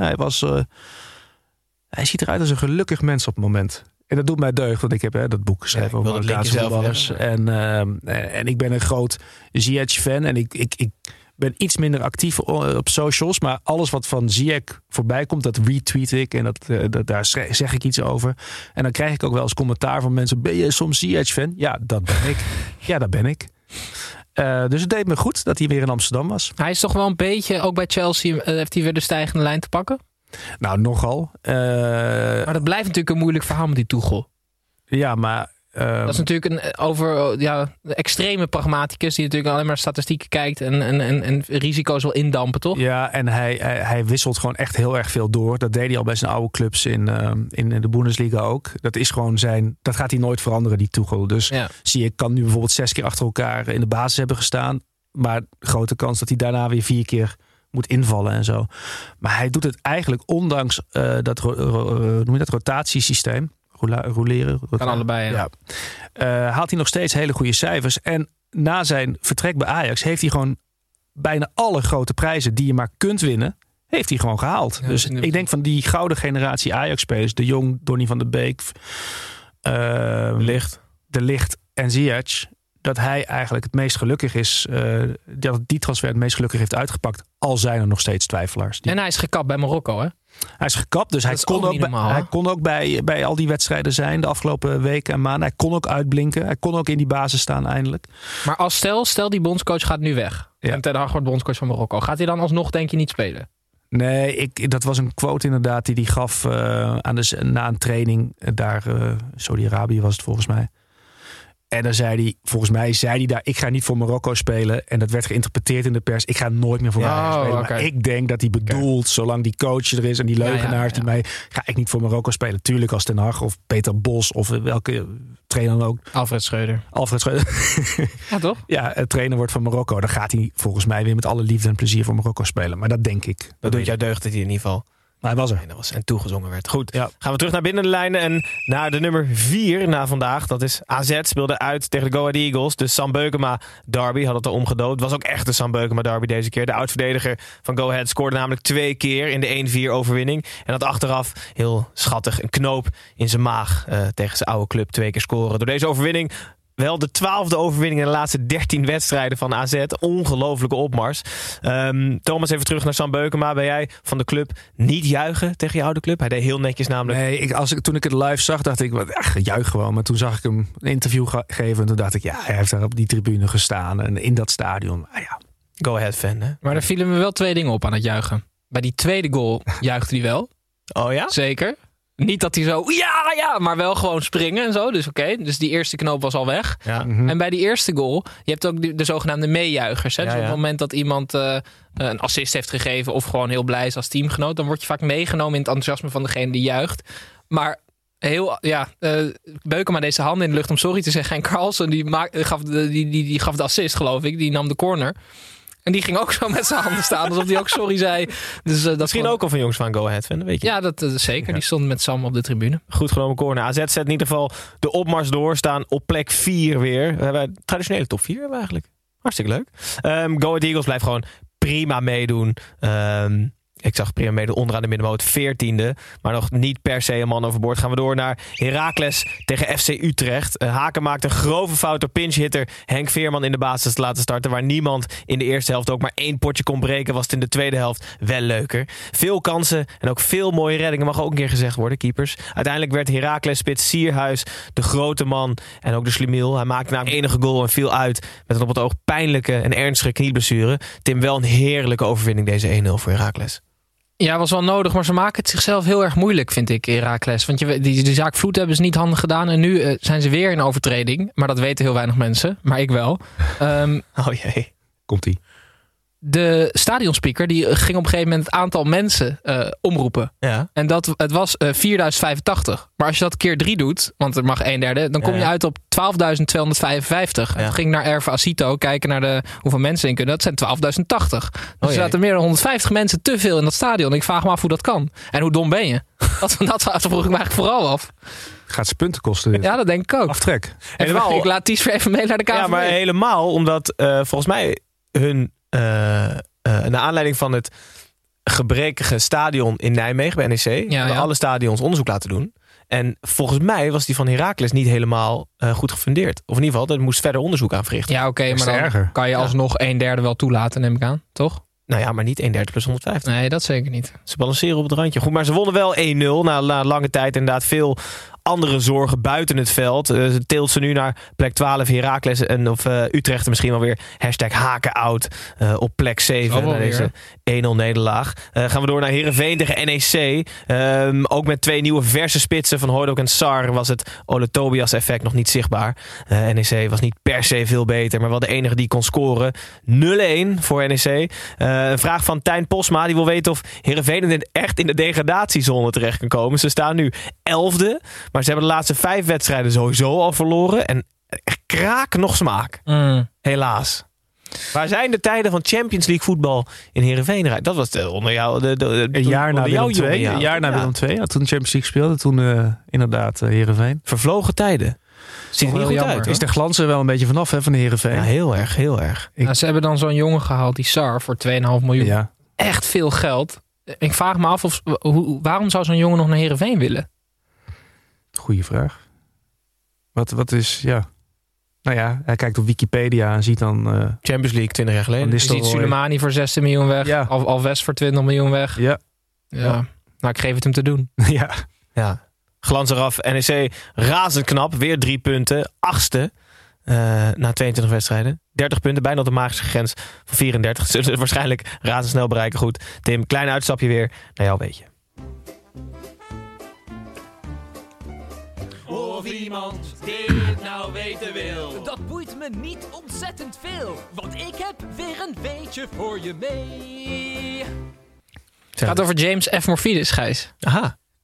Hij ziet eruit als een gelukkig mens op het moment. En dat doet mij deugd, want ik heb dat boek geschreven over Marokkaanse voetballers. En ik ben een groot Ziyech-fan. En ik ben iets minder actief op socials. Maar alles wat van Ziyech voorbij komt, dat retweet ik. En daar zeg ik iets over. En dan krijg ik ook wel eens commentaar van mensen. Ben je soms Ziyech-fan? Ja, dat ben ik. Ja, dat ben ik. Dus het deed me goed dat hij weer in Amsterdam was. Hij is toch wel een beetje, ook bij Chelsea, heeft hij weer de stijgende lijn te pakken? Nou, nogal. Maar dat blijft natuurlijk een moeilijk verhaal met die Tuchel. Ja, maar dat is natuurlijk een extreme pragmaticus die natuurlijk alleen maar statistieken kijkt en risico's wil indampen, toch? Ja, en hij wisselt gewoon echt heel erg veel door. Dat deed hij al bij zijn oude clubs in de Bundesliga ook. Dat is gewoon dat gaat hij nooit veranderen, die Tuchel. Dus zie je, kan nu bijvoorbeeld 6 keer achter elkaar in de basis hebben gestaan. Maar grote kans dat hij daarna weer 4 keer moet invallen en zo. Maar hij doet het eigenlijk ondanks dat rotatiesysteem. Roleren. Kan allebei, ja. Haalt hij nog steeds hele goede cijfers. En na zijn vertrek bij Ajax heeft hij gewoon bijna alle grote prijzen die je maar kunt winnen, heeft hij gewoon gehaald. Ja, dus ik denk van die gouden generatie Ajax-spelers, De Jong, Donny van der Beek, De Ligt en Ziyech, dat hij eigenlijk het meest gelukkig is, dat die transfer het meest gelukkig heeft uitgepakt, al zijn er nog steeds twijfelaars. En hij is gekapt bij Marokko, hè? Hij is gekapt, dus hij kon ook bij al die wedstrijden zijn de afgelopen weken en maanden. Hij kon ook uitblinken. Hij kon ook in die basis staan eindelijk. Maar als stel die bondscoach gaat nu weg. Ja. En Ten Hag wordt bondscoach van Marokko. Gaat hij dan alsnog, denk je, niet spelen? Nee, dat was een quote inderdaad die hij gaf na een training. Daar, Saudi-Arabië was het volgens mij. En dan zei hij daar, ik ga niet voor Marokko spelen. En dat werd geïnterpreteerd in de pers. Ik ga nooit meer voor Marokko spelen. Okay. Maar ik denk dat hij bedoelt, zolang die coach er is en die leugenaars die mij, ga ik niet voor Marokko spelen. Tuurlijk als Ten Hag of Peter Bos of welke trainer dan ook. Alfred Schreuder. Ja, toch? Ja, het trainer wordt van Marokko. Dan gaat hij volgens mij weer met alle liefde en plezier voor Marokko spelen. Maar dat denk ik. Dat doet jou deugd dat hij in ieder geval Maar hij was er. En dat was en toegezongen werd. Goed, gaan we terug naar binnen de lijnen en naar de nummer 4 na vandaag. Dat is AZ, speelde uit tegen de Go Ahead Eagles. De Sam Beukema derby had het al omgedood. Het was ook echt de Sam Beukema derby deze keer. De oud-verdediger van Go Ahead scoorde namelijk 2 keer in de 1-4 overwinning. En had achteraf heel schattig een knoop in zijn maag tegen zijn oude club 2 keer scoren. Door deze overwinning wel de 12e overwinning in de laatste 13 wedstrijden van AZ. Ongelofelijke opmars. Thomas, even terug naar Sam Beukema. Ben jij van de club niet juichen tegen je oude club? Hij deed heel netjes namelijk. Nee, toen ik het live zag, dacht ik, juich gewoon. Maar toen zag ik hem een interview geven. En toen dacht ik, hij heeft daar op die tribune gestaan. En in dat stadion. Go Ahead fan, hè? Maar er vielen me wel 2 dingen op aan het juichen. Bij die tweede goal juichte hij wel. Oh ja? Zeker. Niet dat hij zo, maar wel gewoon springen en zo. Dus oké. Dus die eerste knoop was al weg. Ja. En bij die eerste goal, je hebt ook de zogenaamde meejuichers. Hè? Dus op het moment dat iemand een assist heeft gegeven of gewoon heel blij is als teamgenoot, dan word je vaak meegenomen in het enthousiasme van degene die juicht. Maar Beukema deed zijn handen in de lucht om sorry te zeggen. En Carlsen die gaf de assist, geloof ik. Die nam de corner. En die ging ook zo met zijn handen staan, alsof hij ook sorry zei. Dus, misschien ook al van jongens van Go Ahead fan, weet je. Ja, dat zeker. Ja. Die stond met Sam op de tribune. Goed genomen corner. AZ zet in ieder geval de opmars door. Staan op plek 4 weer. We hebben traditionele top 4 eigenlijk. Hartstikke leuk. Go Ahead Eagles blijft gewoon prima meedoen. Ik zag prima meedoen onderaan de middenmoot 14e. Maar nog niet per se een man overboord. Gaan we door naar Heracles tegen FC Utrecht. Haken maakt een grove fout door pinchhitter Henk Veerman in de basis te laten starten. Waar niemand in de eerste helft ook maar 1 potje kon breken. Was het in de tweede helft wel leuker. Veel kansen en ook veel mooie reddingen. Mag ook een keer gezegd worden, keepers. Uiteindelijk werd Heracles spits Sierhuis de grote man. En ook de slimiel. Hij maakte namelijk enige goal en viel uit. Met een op het oog pijnlijke en ernstige knieblessure. Tim, wel een heerlijke overwinning deze 1-0 voor Heracles. Ja, was wel nodig, maar ze maken het zichzelf heel erg moeilijk, vind ik, Heracles. Want die zaak Vloed hebben ze niet handig gedaan. En nu zijn ze weer in overtreding. Maar dat weten heel weinig mensen. Maar ik wel. Oh jee. Komt-ie. De stadionspeaker die ging op een gegeven moment het aantal mensen omroepen. Ja. En het was 4085. Maar als je dat keer 3 doet, want er mag 1/3, dan kom je uit op 12.255. En toen ging ik naar Erva Acito kijken naar hoeveel mensen in kunnen. Dat zijn 12.080. Dus er zaten meer dan 150 mensen te veel in dat stadion. Ik vraag me af hoe dat kan. En hoe dom ben je? Dat vroeg ik me eigenlijk vooral af. Gaat ze punten kosten dit? Ja, dat denk ik ook. Aftrek. Helemaal, ik laat Ties weer even mee naar de KVB. Ja, maar helemaal omdat volgens mij hun naar aanleiding van het gebrekkige stadion in Nijmegen bij NEC hebben alle stadions onderzoek laten doen. En volgens mij was die van Heracles niet helemaal goed gefundeerd. Of in ieder geval, er moest verder onderzoek aan verrichten. Ja, oké, maar dan kan je alsnog 1/3 wel toelaten, neem ik aan, toch? Nou ja, maar niet 1/3 plus 150. Nee, dat zeker niet. Ze balanceren op het randje. Goed, maar ze wonnen wel 1-0 na lange tijd. Inderdaad veel andere zorgen buiten het veld. Ze teelt ze nu naar plek 12 Heracles of Utrecht misschien wel weer #haken out op plek 7 na deze 1-0 nederlaag. Gaan we door naar Heerenveen tegen NEC. Ook met 2 nieuwe verse spitsen van Hooydonk en Sar was het Ole Tobias effect nog niet zichtbaar. NEC was niet per se veel beter, maar wel de enige die kon scoren. 0-1 voor NEC. Een vraag van Tijn Posma, die wil weten of Heerenveen echt in de degradatiezone terecht kan komen. Ze staan nu 11e, maar ze hebben de laatste 5 wedstrijden sowieso al verloren. En kraak nog smaak. Helaas. Waar zijn de tijden van Champions League voetbal in Heerenveen? Dat was onder jou. Een jaar na Willem II. Een jaar na Willem II. Ja, toen Champions League speelde. Toen inderdaad Heerenveen. Vervlogen tijden. Ziet er niet goed jammer, uit. Is de glans er wel een beetje vanaf van de Heerenveen? Ja, heel erg, heel erg. Ze hebben dan zo'n jongen gehaald, die Sar, voor 2,5 miljoen. Ja. Echt veel geld. Ik vraag me af, waarom zou zo'n jongen nog naar Heerenveen willen? Goeie vraag. Wat is, Nou ja, hij kijkt op Wikipedia en ziet dan... Champions League 20 jaar geleden. Je ziet Soleimani voor 16 miljoen weg. Ja. Alves voor 20 miljoen weg. Ja. Nou, ik geef het hem te doen. Ja. Glans eraf. NEC razend knap. Weer 3 punten. 8e na 22 wedstrijden. 30 punten. Bijna op de magische grens van 34. Zullen ze waarschijnlijk razendsnel bereiken. Goed. Tim, klein uitstapje weer naar jouw beetje. Of iemand dit nou weten wil. Dat boeit me niet ontzettend veel. Want ik heb weer een weetje voor je mee. Het gaat over James F. Morpheus, Gijs. Aha.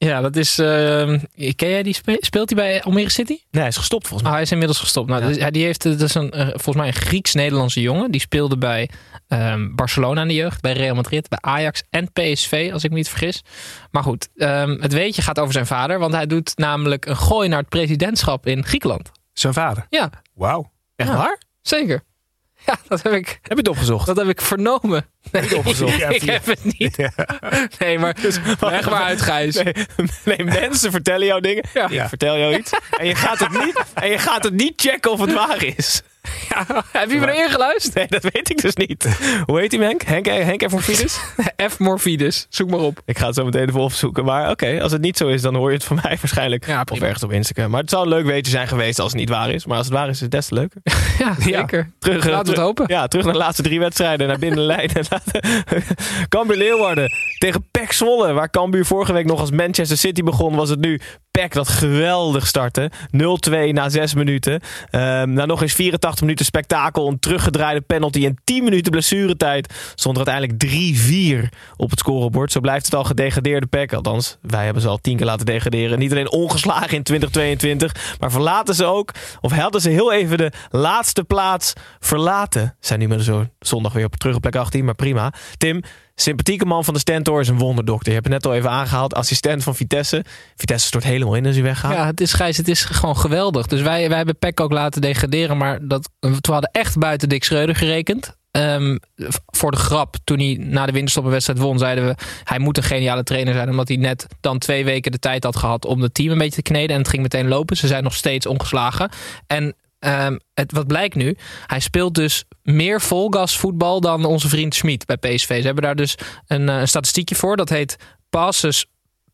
Ja, dat is... ken jij die? Speelt hij bij Almere City? Nee, hij is gestopt volgens mij. Hij is inmiddels gestopt. Nou, dus, die heeft, dat is volgens mij een Grieks-Nederlandse jongen. Die speelde bij Barcelona in de jeugd, bij Real Madrid, bij Ajax en PSV, als ik me niet vergis. Maar goed, het weetje gaat over zijn vader, want hij doet namelijk een gooi naar het presidentschap in Griekenland. Zijn vader? Ja. Wauw. Echt waar? Zeker. Ja, dat heb ik... Heb je het opgezocht? Dat heb ik vernomen. Nee, heb je het opgezocht? ik heb het niet. Ja. Nee, maar leg maar uit, Gijs. Nee, mensen vertellen jou dingen. Ja. Ik vertel jou iets. En je gaat het niet checken of het waar is. Ja, heb je me erin geluisterd? Nee, dat weet ik dus niet. Hoe heet hij, Henk? Henk F. Morfidis? F. Morfidis. Zoek maar op. Ik ga het zo meteen even opzoeken. Maar oké, als het niet zo is, dan hoor je het van mij waarschijnlijk. Ja, of ergens op Instagram. Maar het zou een leuk weetje zijn geweest als het niet waar is. Maar als het waar is, is het des te leuker. Ja, zeker. Laten we het hopen. Ja, terug naar de laatste 3 wedstrijden. Naar binnen de lijn. Cambuur Leeuwarden tegen PEC Zwolle. Waar Cambuur vorige week nog als Manchester City begon, was het nu PEC dat geweldig startte. 0-2 na 6 minuten. Na nog eens 84 minuten spektakel, een teruggedraaide penalty en 10 minuten blessuretijd stond er uiteindelijk 3-4 op het scorebord. Zo blijft het al gedegradeerde PEC. Althans, wij hebben ze al 10 keer laten degraderen. Niet alleen ongeslagen in 2022, maar verlaten ze ook, of hadden ze heel even de laatste plaats verlaten. Zijn nu maar zo zondag weer terug op plek 18, maar prima. Tim, sympathieke man van de Stentor is een wonderdokter. Je hebt het net al even aangehaald. Assistent van Vitesse. Vitesse stort helemaal in als hij weggaat. Ja, het is gewoon geweldig. Dus wij hebben PEC ook laten degraderen. Maar we hadden echt buiten Dick Schreuder gerekend. Voor de grap, toen hij na de winterstop een wedstrijd won, zeiden we, hij moet een geniale trainer zijn, omdat hij net dan 2 weken de tijd had gehad om het team een beetje te kneden. En het ging meteen lopen. Ze zijn nog steeds ongeslagen. En wat blijkt nu? Hij speelt dus meer volgas voetbal dan onze vriend Schmid bij PSV. Ze hebben daar dus een statistiekje voor. Dat heet passes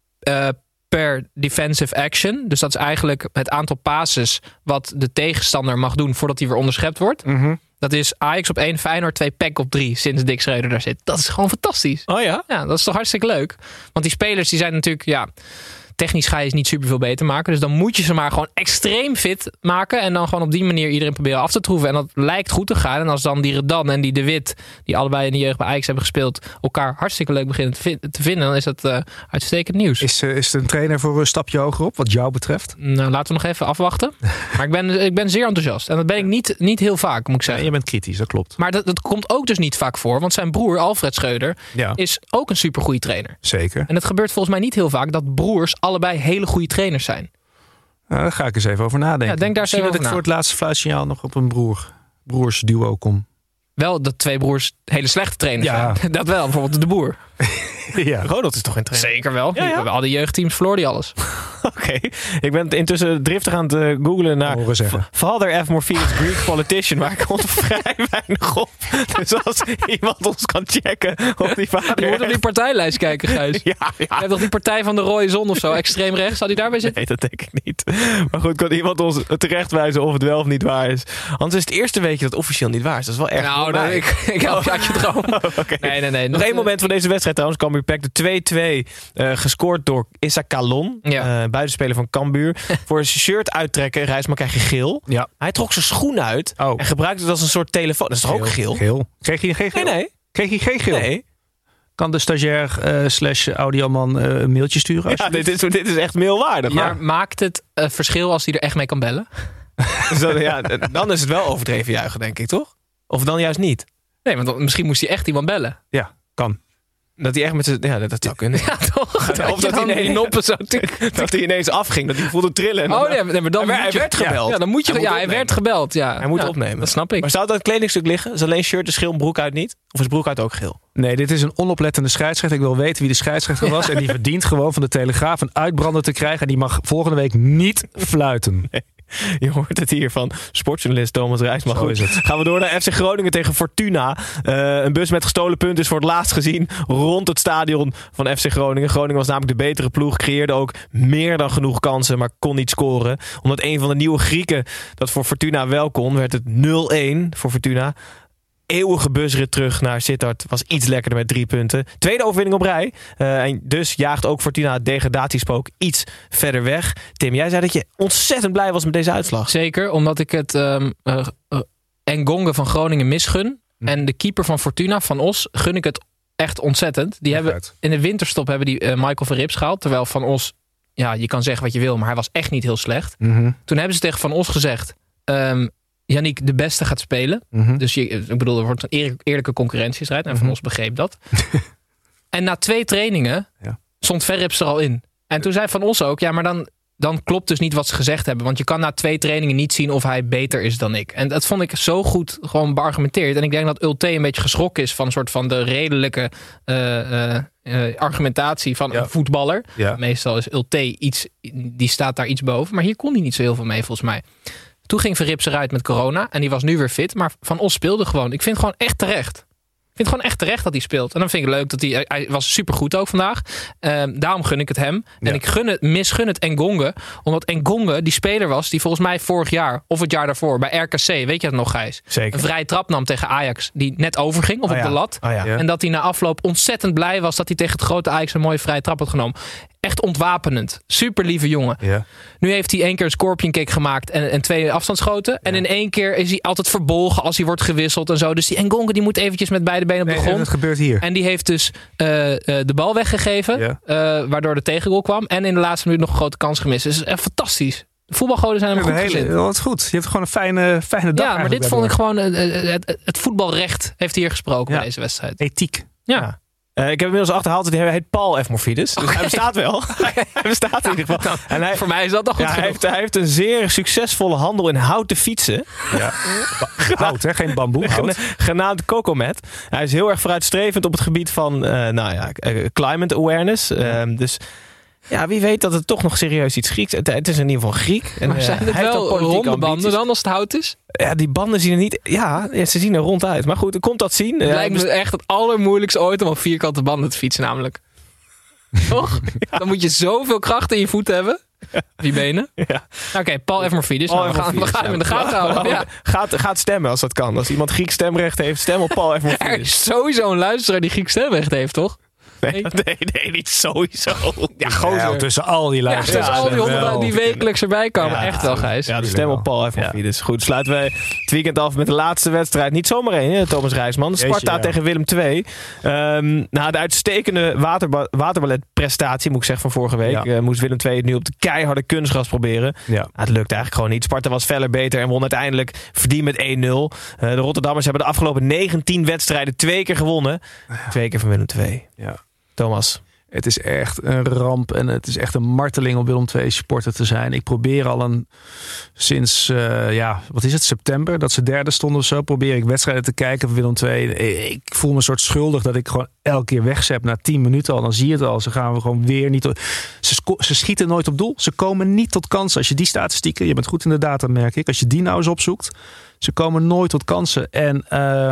per defensive action. Dus dat is eigenlijk het aantal passes wat de tegenstander mag doen voordat hij weer onderschept wordt. Mm-hmm. Dat is Ajax op 1, Feyenoord 2, PEC op 3 sinds Dick Schreuder daar zit. Dat is gewoon fantastisch. Oh ja? Ja, dat is toch hartstikke leuk. Want die spelers die zijn natuurlijk, ja, technisch ga je het niet super veel beter maken. Dus dan moet je ze maar gewoon extreem fit maken. En dan gewoon op die manier iedereen proberen af te troeven. En dat lijkt goed te gaan. En als dan die Redan en die De Wit, die allebei in de jeugd bij Ajax hebben gespeeld, elkaar hartstikke leuk beginnen te vinden, dan is dat uitstekend nieuws. Is het een trainer voor een stapje hoger op, wat jou betreft? Nou, laten we nog even afwachten. Maar ik ben zeer enthousiast. En dat ben ik niet heel vaak, moet ik zeggen. Ja, je bent kritisch, dat klopt. Maar dat komt ook dus niet vaak voor. Want zijn broer, Alfred Schreuder, is ook een supergoeie trainer. Zeker. En het gebeurt volgens mij niet heel vaak dat broers allebei hele goede trainers zijn. Nou, daar ga ik eens even over nadenken. Ja, denk daar eens even dat ik voor het laatste fluitsignaal nog op een broersduo kom. Wel dat 2 broers hele slechte trainers zijn. Dat wel, bijvoorbeeld de Boer. Ja. Ronald is toch geen trainer? Zeker wel. Ja. Al die jeugdteams verloor die alles. Oké. Ik ben intussen driftig aan het googlen naar Father F. Morfidis Greek politician, maar ik kom er vrij weinig op. Dus als iemand ons kan checken of die vader... Je moet op die partijlijst kijken, Gijs. Ja. Je hebt toch die partij van de Rode Zon of zo, extreem rechts? Zou die daarbij zitten? Nee, dat denk ik niet. Maar goed, kan iemand ons terechtwijzen of het wel of niet waar is? Anders is het eerste weekje dat officieel niet waar is. Dat is wel echt... Nou, ik help je uit je droom. Okay. Nee. Nog één moment van deze wedstrijd trouwens. Cambuur PEC de 2-2 gescoord door Issa Kalon. Ja. Buitenspeler van Cambuur. Voor zijn shirt uittrekken, Rijsman, krijg je geel. Ja. Hij trok zijn schoen uit en gebruikte het als een soort telefoon. Dat is toch ook geel? Kreeg hij geen geel? Nee. Kreeg hij geen geel? Nee. Kan de stagiair / audioman een mailtje sturen? Ja, dit is echt mailwaardig. Maar maakt het verschil als hij er echt mee kan bellen? Dus dan is het wel overdreven juichen, denk ik, toch? Of dan juist niet? Nee, want misschien moest hij echt iemand bellen. Ja, kan. Dat hij echt met zijn... Ja, dat zou kunnen. Ja, toch? Of dat hij ineens noppen zo... Dat hij ineens afging. Dat hij voelde trillen. Maar dan hij werd gebeld. Ja, dan moet je... Hij werd gebeld, ja. Hij moet opnemen. Dat snap ik. Maar zou dat het kledingstuk liggen? Is alleen shirt, de schil, broek uit niet? Of is broek uit ook geel? Nee, dit is een onoplettende scheidsrechter. Ik wil weten wie de scheidsrechter was. En die verdient gewoon van de Telegraaf een uitbrander te krijgen. En die mag volgende week niet fluiten. Nee. Je hoort het hier van sportjournalist Thomas Rijsman. Zo is het. Gaan we door naar FC Groningen tegen Fortuna. Een bus met gestolen punten is voor het laatst gezien rond het stadion van FC Groningen. Groningen was namelijk de betere ploeg. Creëerde ook meer dan genoeg kansen, maar kon niet scoren. Omdat een van de nieuwe Grieken dat voor Fortuna wel kon, werd het 0-1 voor Fortuna. Eeuwige busrit terug naar Sittard was iets lekkerder met 3 punten. Tweede overwinning op rij. En dus jaagt ook Fortuna het degradatiespook iets verder weg. Tim, jij zei dat je ontzettend blij was met deze uitslag. Zeker, omdat ik het Engonge van Groningen misgun. En de keeper van Fortuna, Van Os, gun ik het echt ontzettend. Die hebben in de winterstop Michael Verrips gehaald. Terwijl Van Os je kan zeggen wat je wil, maar hij was echt niet heel slecht. Mm-hmm. Toen hebben ze tegen Van Os gezegd... Yannick de beste gaat spelen. Mm-hmm. Dus ik bedoel, er wordt een eerlijke concurrentiestrijd. En Van Os begreep dat. En na 2 trainingen stond Verrips er al in. En toen zei Van Os ook, ja, maar dan klopt dus niet wat ze gezegd hebben. Want je kan na 2 trainingen niet zien of hij beter is dan ik. En dat vond ik zo goed gewoon beargumenteerd. En ik denk dat Ulte een beetje geschrokken is van een soort van de redelijke argumentatie van een voetballer. Ja. Meestal is Ulte die staat daar iets boven. Maar hier kon hij niet zo heel veel mee volgens mij. Toen ging Verrips eruit met corona en die was nu weer fit. Maar Van Os speelde gewoon. Ik vind het gewoon echt terecht. Ik vind het gewoon echt terecht dat hij speelt. En dan vind ik het leuk dat hij was supergoed ook vandaag. Daarom gun ik het hem. En ik misgun het Engonge. Omdat Engonge die speler was die volgens mij vorig jaar of het jaar daarvoor bij RKC, weet je dat nog, Gijs? Zeker. Een vrije trap nam tegen Ajax die net overging of op de lat. En dat hij na afloop ontzettend blij was dat hij tegen het grote Ajax een mooie vrije trap had genomen. Echt ontwapenend. Super lieve jongen. Ja. Nu heeft hij 1 keer een scorpion kick gemaakt en 2 afstandsschoten. En in 1 keer is hij altijd verbolgen als hij wordt gewisseld en zo. Dus die Engonge die moet eventjes met beide benen op de grond. Dat gebeurt hier. En die heeft dus de bal weggegeven. Waardoor de tegengoal kwam. En in de laatste minuut nog een grote kans gemist. Dus echt fantastisch. De voetbalgoden zijn hem goed gezind. Wat goed. Je hebt gewoon een fijne dag. Ja, maar dit vond ik gewoon... Het voetbalrecht heeft hier gesproken bij deze wedstrijd. Ethiek. Ja. Ik heb inmiddels achterhaald dat hij heet Paul F. Morfidis. Dus hij bestaat wel. Hij bestaat in ieder geval. En voor mij is dat toch goed genoeg. Hij heeft een zeer succesvolle handel in houten fietsen. Ja. Hout, hè? Geen bamboe. Genaamd Cocomet. Hij is heel erg vooruitstrevend op het gebied van climate awareness. Dus... Ja, wie weet dat het toch nog serieus iets Grieks... Het is in ieder geval Griek. En, maar zijn het wel ronde banden dan als het hout is? Ja, die banden zien er niet... Ja, ze zien er rond uit. Maar goed, komt dat zien. Het lijkt me echt het allermoeilijkste ooit om op vierkante banden te fietsen namelijk. Toch? Ja. Dan moet je zoveel kracht in je voeten hebben. Op je benen. Ja. Oké, Paul F. Morfidis. We gaan hem in de gaten houden. Ja. Gaat stemmen als dat kan. Als iemand Grieks stemrecht heeft, stem op Paul F. Morfidis. Er is sowieso een luisteraar die Grieks stemrecht heeft, toch? Nee, niet sowieso. Ja, gozer. Tussen al die luisteraars. Tussen al die 100 die wekelijks erbij komen. Ja, echt wel, Gijs. Ja, de stem op Paul F. Morfidis. Goed, sluiten we het weekend af met de laatste wedstrijd. Niet zomaar één, Thomas Rijsman. Sparta tegen Willem II. Na de uitstekende waterballetprestatie, moet ik zeggen, van vorige week... moest Willem II het nu op de keiharde kunstgras proberen. Ja. Het lukte eigenlijk gewoon niet. Sparta was feller beter en won uiteindelijk verdiend met 1-0. De Rotterdammers hebben de afgelopen 19 wedstrijden 2 keer gewonnen. 2 keer van Willem II. Ja. Thomas. Het is echt een ramp en het is echt een marteling om Willem II supporter te zijn. Ik probeer al sinds september, dat ze derde stonden of zo, probeer ik wedstrijden te kijken van Willem II. Ik voel me een soort schuldig dat ik gewoon elke keer wegzet na 10 minuten al. Dan zie je het al. Ze gaan gewoon weer niet. Ze schieten nooit op doel. Ze komen niet tot kansen. Als je die statistieken, je bent goed in de data, merk ik. Als je die nou eens opzoekt, ze komen nooit tot kansen. En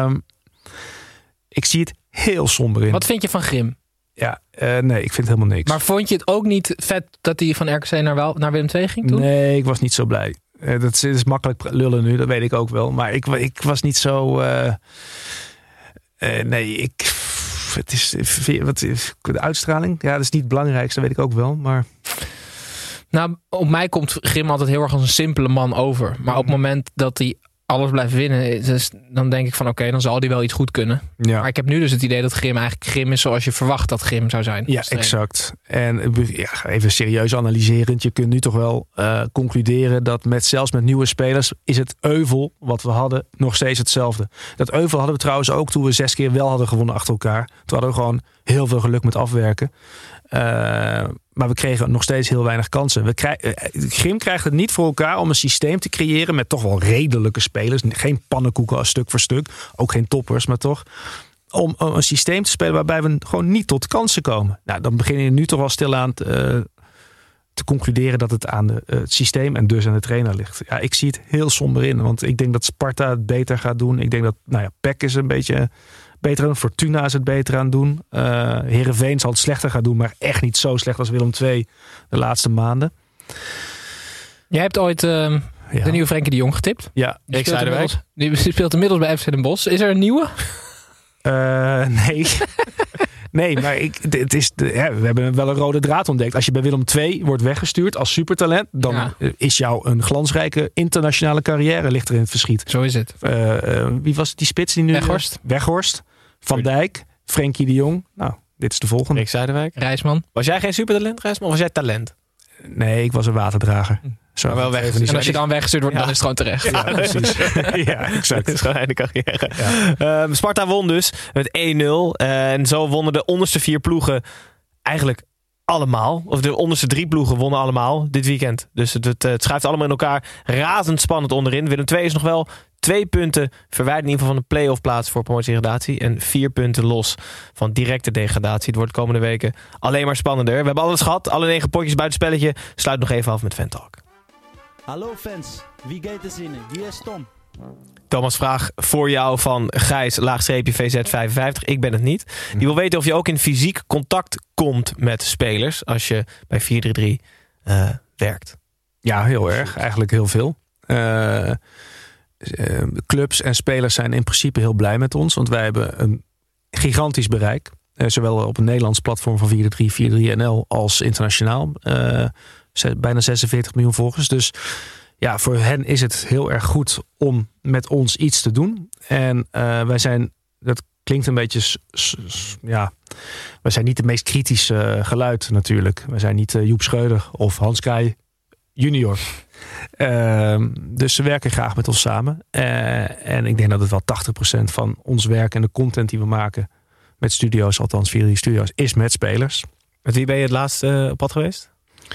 ik zie het heel somber in. Wat vind je van Grim? Ja, nee, ik vind helemaal niks. Maar vond je het ook niet vet dat hij van RKC naar Willem II ging toen? Nee, ik was niet zo blij. Dat is makkelijk lullen nu, dat weet ik ook wel. Maar ik was niet zo... Het is de uitstraling. Ja, dat is niet het belangrijkste, dat weet ik ook wel. Maar... Nou, op mij komt Grim altijd heel erg als een simpele man over. Maar op het moment dat hij alles blijft winnen, dus dan denk ik van oké, dan zal hij wel iets goed kunnen. Ja. Maar ik heb nu dus het idee dat Grim eigenlijk Grim is zoals je verwacht dat Grim zou zijn. Ja, exact. En even serieus analyserend, je kunt nu toch wel concluderen dat zelfs met nieuwe spelers is het euvel wat we hadden nog steeds hetzelfde. Dat euvel hadden we trouwens ook toen we 6 keer wel hadden gewonnen achter elkaar. Toen hadden we gewoon heel veel geluk met afwerken. Maar we kregen nog steeds heel weinig kansen. Grim krijgt het niet voor elkaar om een systeem te creëren met toch wel redelijke spelers. Geen pannenkoeken als stuk voor stuk. Ook geen toppers, maar toch. Om een systeem te spelen waarbij we gewoon niet tot kansen komen. Nou, dan begin je nu toch wel stilaan te concluderen dat het aan het systeem en dus aan de trainer ligt. Ja, ik zie het heel somber in. Want ik denk dat Sparta het beter gaat doen. Ik denk dat PEC is een beetje beter aan. Fortuna is het beter aan doen. Heerenveen zal het slechter gaan doen, maar echt niet zo slecht als Willem II de laatste maanden. Jij hebt ooit de nieuwe Frenkie de Jong getipt. Ja, die speelt inmiddels bij FC Den Bosch. Is er een nieuwe? Nee. Nee, maar we hebben wel een rode draad ontdekt. Als je bij Willem II wordt weggestuurd als supertalent, dan is jou een glansrijke internationale carrière ligt er in het verschiet. Zo is het. Wie was die spits die nu... Weghorst. Van Dijk. Frenkie de Jong. Nou, dit is de volgende. Rick Zuiderwijk. Rijsman. Was jij geen supertalent, Rijsman? Of was jij talent? Nee, ik was een waterdrager. Zo, Maar wel weg. En als je dan weggestuurd wordt, dan is het gewoon terecht. Ja, precies. Ja, exact. Het is gewoon einde carrière. Ja. Sparta won dus met 1-0. En zo wonnen de onderste 4 ploegen eigenlijk allemaal. Of de onderste 3 ploegen wonnen allemaal dit weekend. Dus het schuift allemaal in elkaar. Razendspannend onderin. Willem II is nog wel 2 punten verwijderd in ieder geval van de play-off plaats voor promotie-degradatie. En 4 punten los van directe degradatie. Het wordt de komende weken alleen maar spannender. We hebben alles gehad. Alle 9 potjes buitenspelletje. Sluit nog even af met Fan Talk. Hallo fans, wie gaat er zinnen? Hier is Tom. Thomas, vraag voor jou van Gijs, _VZ55. Ik ben het niet. Die wil weten of je ook in fysiek contact komt met spelers als je bij 4-3-3 werkt. Ja, heel erg. Eigenlijk heel veel. Clubs en spelers zijn in principe heel blij met ons. Want wij hebben een gigantisch bereik. Zowel op een Nederlands platform van 4-3-NL als internationaal. Bijna 46 miljoen volgers. Dus ja, voor hen is het heel erg goed om met ons iets te doen. En wij zijn, dat klinkt een beetje, wij zijn niet de meest kritische geluid natuurlijk. Wij zijn niet Joep Schreuder of Hans Kraaij junior. Dus ze werken graag met ons samen. En ik denk dat het wel 80% van ons werk en de content die we maken met studio's, althans 4-3 studio's, is met spelers. Met wie ben je het laatst op pad geweest?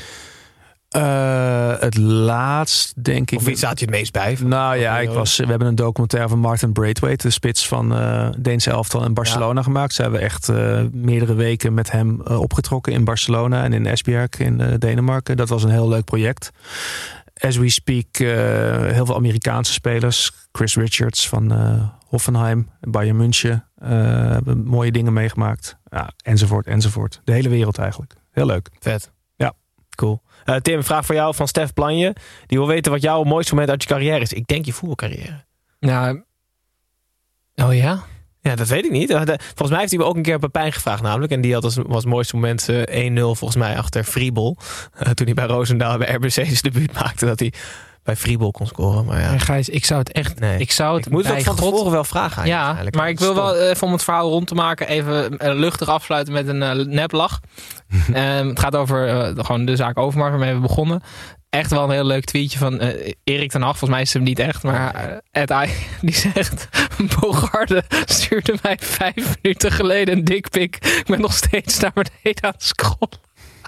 Het laatst, denk ik. Of wie staat je het meest bij? Nou ja, we hebben een documentaire van Martin Braithwaite, de spits van Deense elftal in Barcelona gemaakt. Ze hebben echt meerdere weken met hem opgetrokken in Barcelona en in Esbjerg in Denemarken. Dat was een heel leuk project. As we speak, heel veel Amerikaanse spelers. Chris Richards van Hoffenheim, Bayern München. Hebben mooie dingen meegemaakt. Ja, enzovoort. De hele wereld eigenlijk. Heel leuk. Vet. Ja. Cool. Tim, een vraag voor jou van Stef Planje. Die wil weten wat jouw mooiste moment uit je carrière is. Ik denk je voetbalcarrière. Nou, oh ja? Ja, dat weet ik niet. Volgens mij heeft hij me ook een keer Pepijn gevraagd namelijk. En die had was het mooiste moment 1-0 volgens mij achter Friebel. Toen hij bij Roosendaal bij RBC zijn debuut maakte. Dat hij bij Friebel kon scoren. Maar ja. En Gijs, ik zou het echt... Nee. Ik moet het ook van tevoren wel vragen aan. Ja, maar ik wil wel even om het verhaal rond te maken even luchtig afsluiten met een neplach. Het gaat over gewoon de zaak Overmars waarmee we begonnen. Echt wel een heel leuk tweetje van Erik ten Hag. Volgens mij is het hem niet echt, maar die zegt: Bogarde stuurde mij 5 minuten geleden een dikpik. Ik ben nog steeds naar beneden aan het scrollen.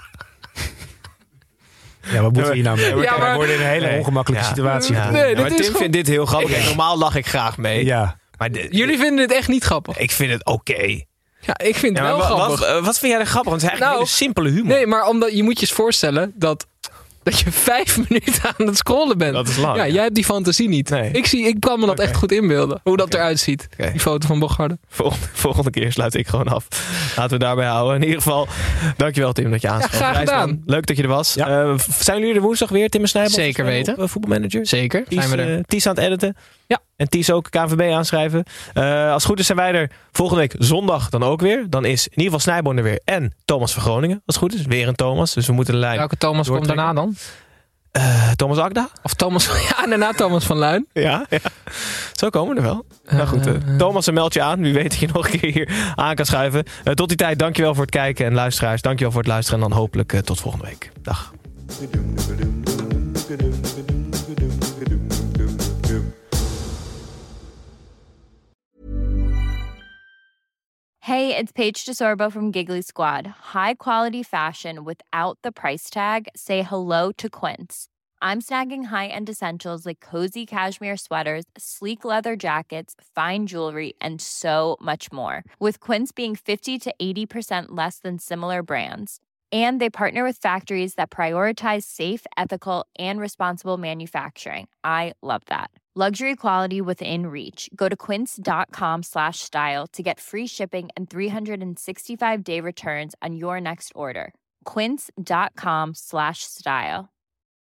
Ja, wat moeten we hier nou mee? We worden in een hele ongemakkelijke situatie. Ja. Nee, maar Tim vindt dit heel grappig. Normaal lach ik graag mee. Ja. Maar jullie vinden dit echt niet grappig? Ik vind het oké. Ja, ik vind het wel grappig. Wat vind jij er grappig? Want het is eigenlijk een hele simpele humor. Nee, maar omdat je moet je eens voorstellen dat je 5 minuten aan het scrollen bent. Dat is lang. Ja, jij hebt die fantasie niet. Nee. Ik kan me dat echt goed inbeelden. Hoe dat eruit ziet. Okay. Die foto van Bogarde. Volgende keer sluit ik gewoon af. Laten we daarbij houden. In ieder geval, dankjewel Tim dat je aanschouwt. Ja, graag gedaan. Leuk dat je er was. Ja. Zijn jullie er woensdag weer, Tim en Snijboom? Zeker weten. Voetbalmanager? Zeker. Zijn we er. Ties aan het editen? Ja. En Ties ook KNVB aanschrijven. Als het goed is zijn wij er volgende week zondag dan ook weer. Dan is in ieder geval Snijboom er weer. En Thomas van Groningen. Als het goed is. Weer een Thomas. Dus we moeten de lijn. Welke Thomas komt daarna dan? Thomas Akda? Of Thomas, ja, daarna Thomas van Luijn. Ja. Zo komen we er wel. Nou goed, Thomas, meld je aan. Wie weet dat je nog een keer hier aan kan schuiven. Tot die tijd, dankjewel voor het kijken. En luisteraars, dankjewel voor het luisteren. En dan hopelijk tot volgende week. Dag. Hey, it's Paige DeSorbo from Giggly Squad. High quality fashion without the price tag. Say hello to Quince. I'm snagging high-end essentials like cozy cashmere sweaters, sleek leather jackets, fine jewelry, and so much more. With Quince being 50 to 80% less than similar brands. And they partner with factories that prioritize safe, ethical, and responsible manufacturing. I love that. Luxury quality within reach. Go to quince.com/style to get free shipping and 365-day returns on your next order. Quince.com/style.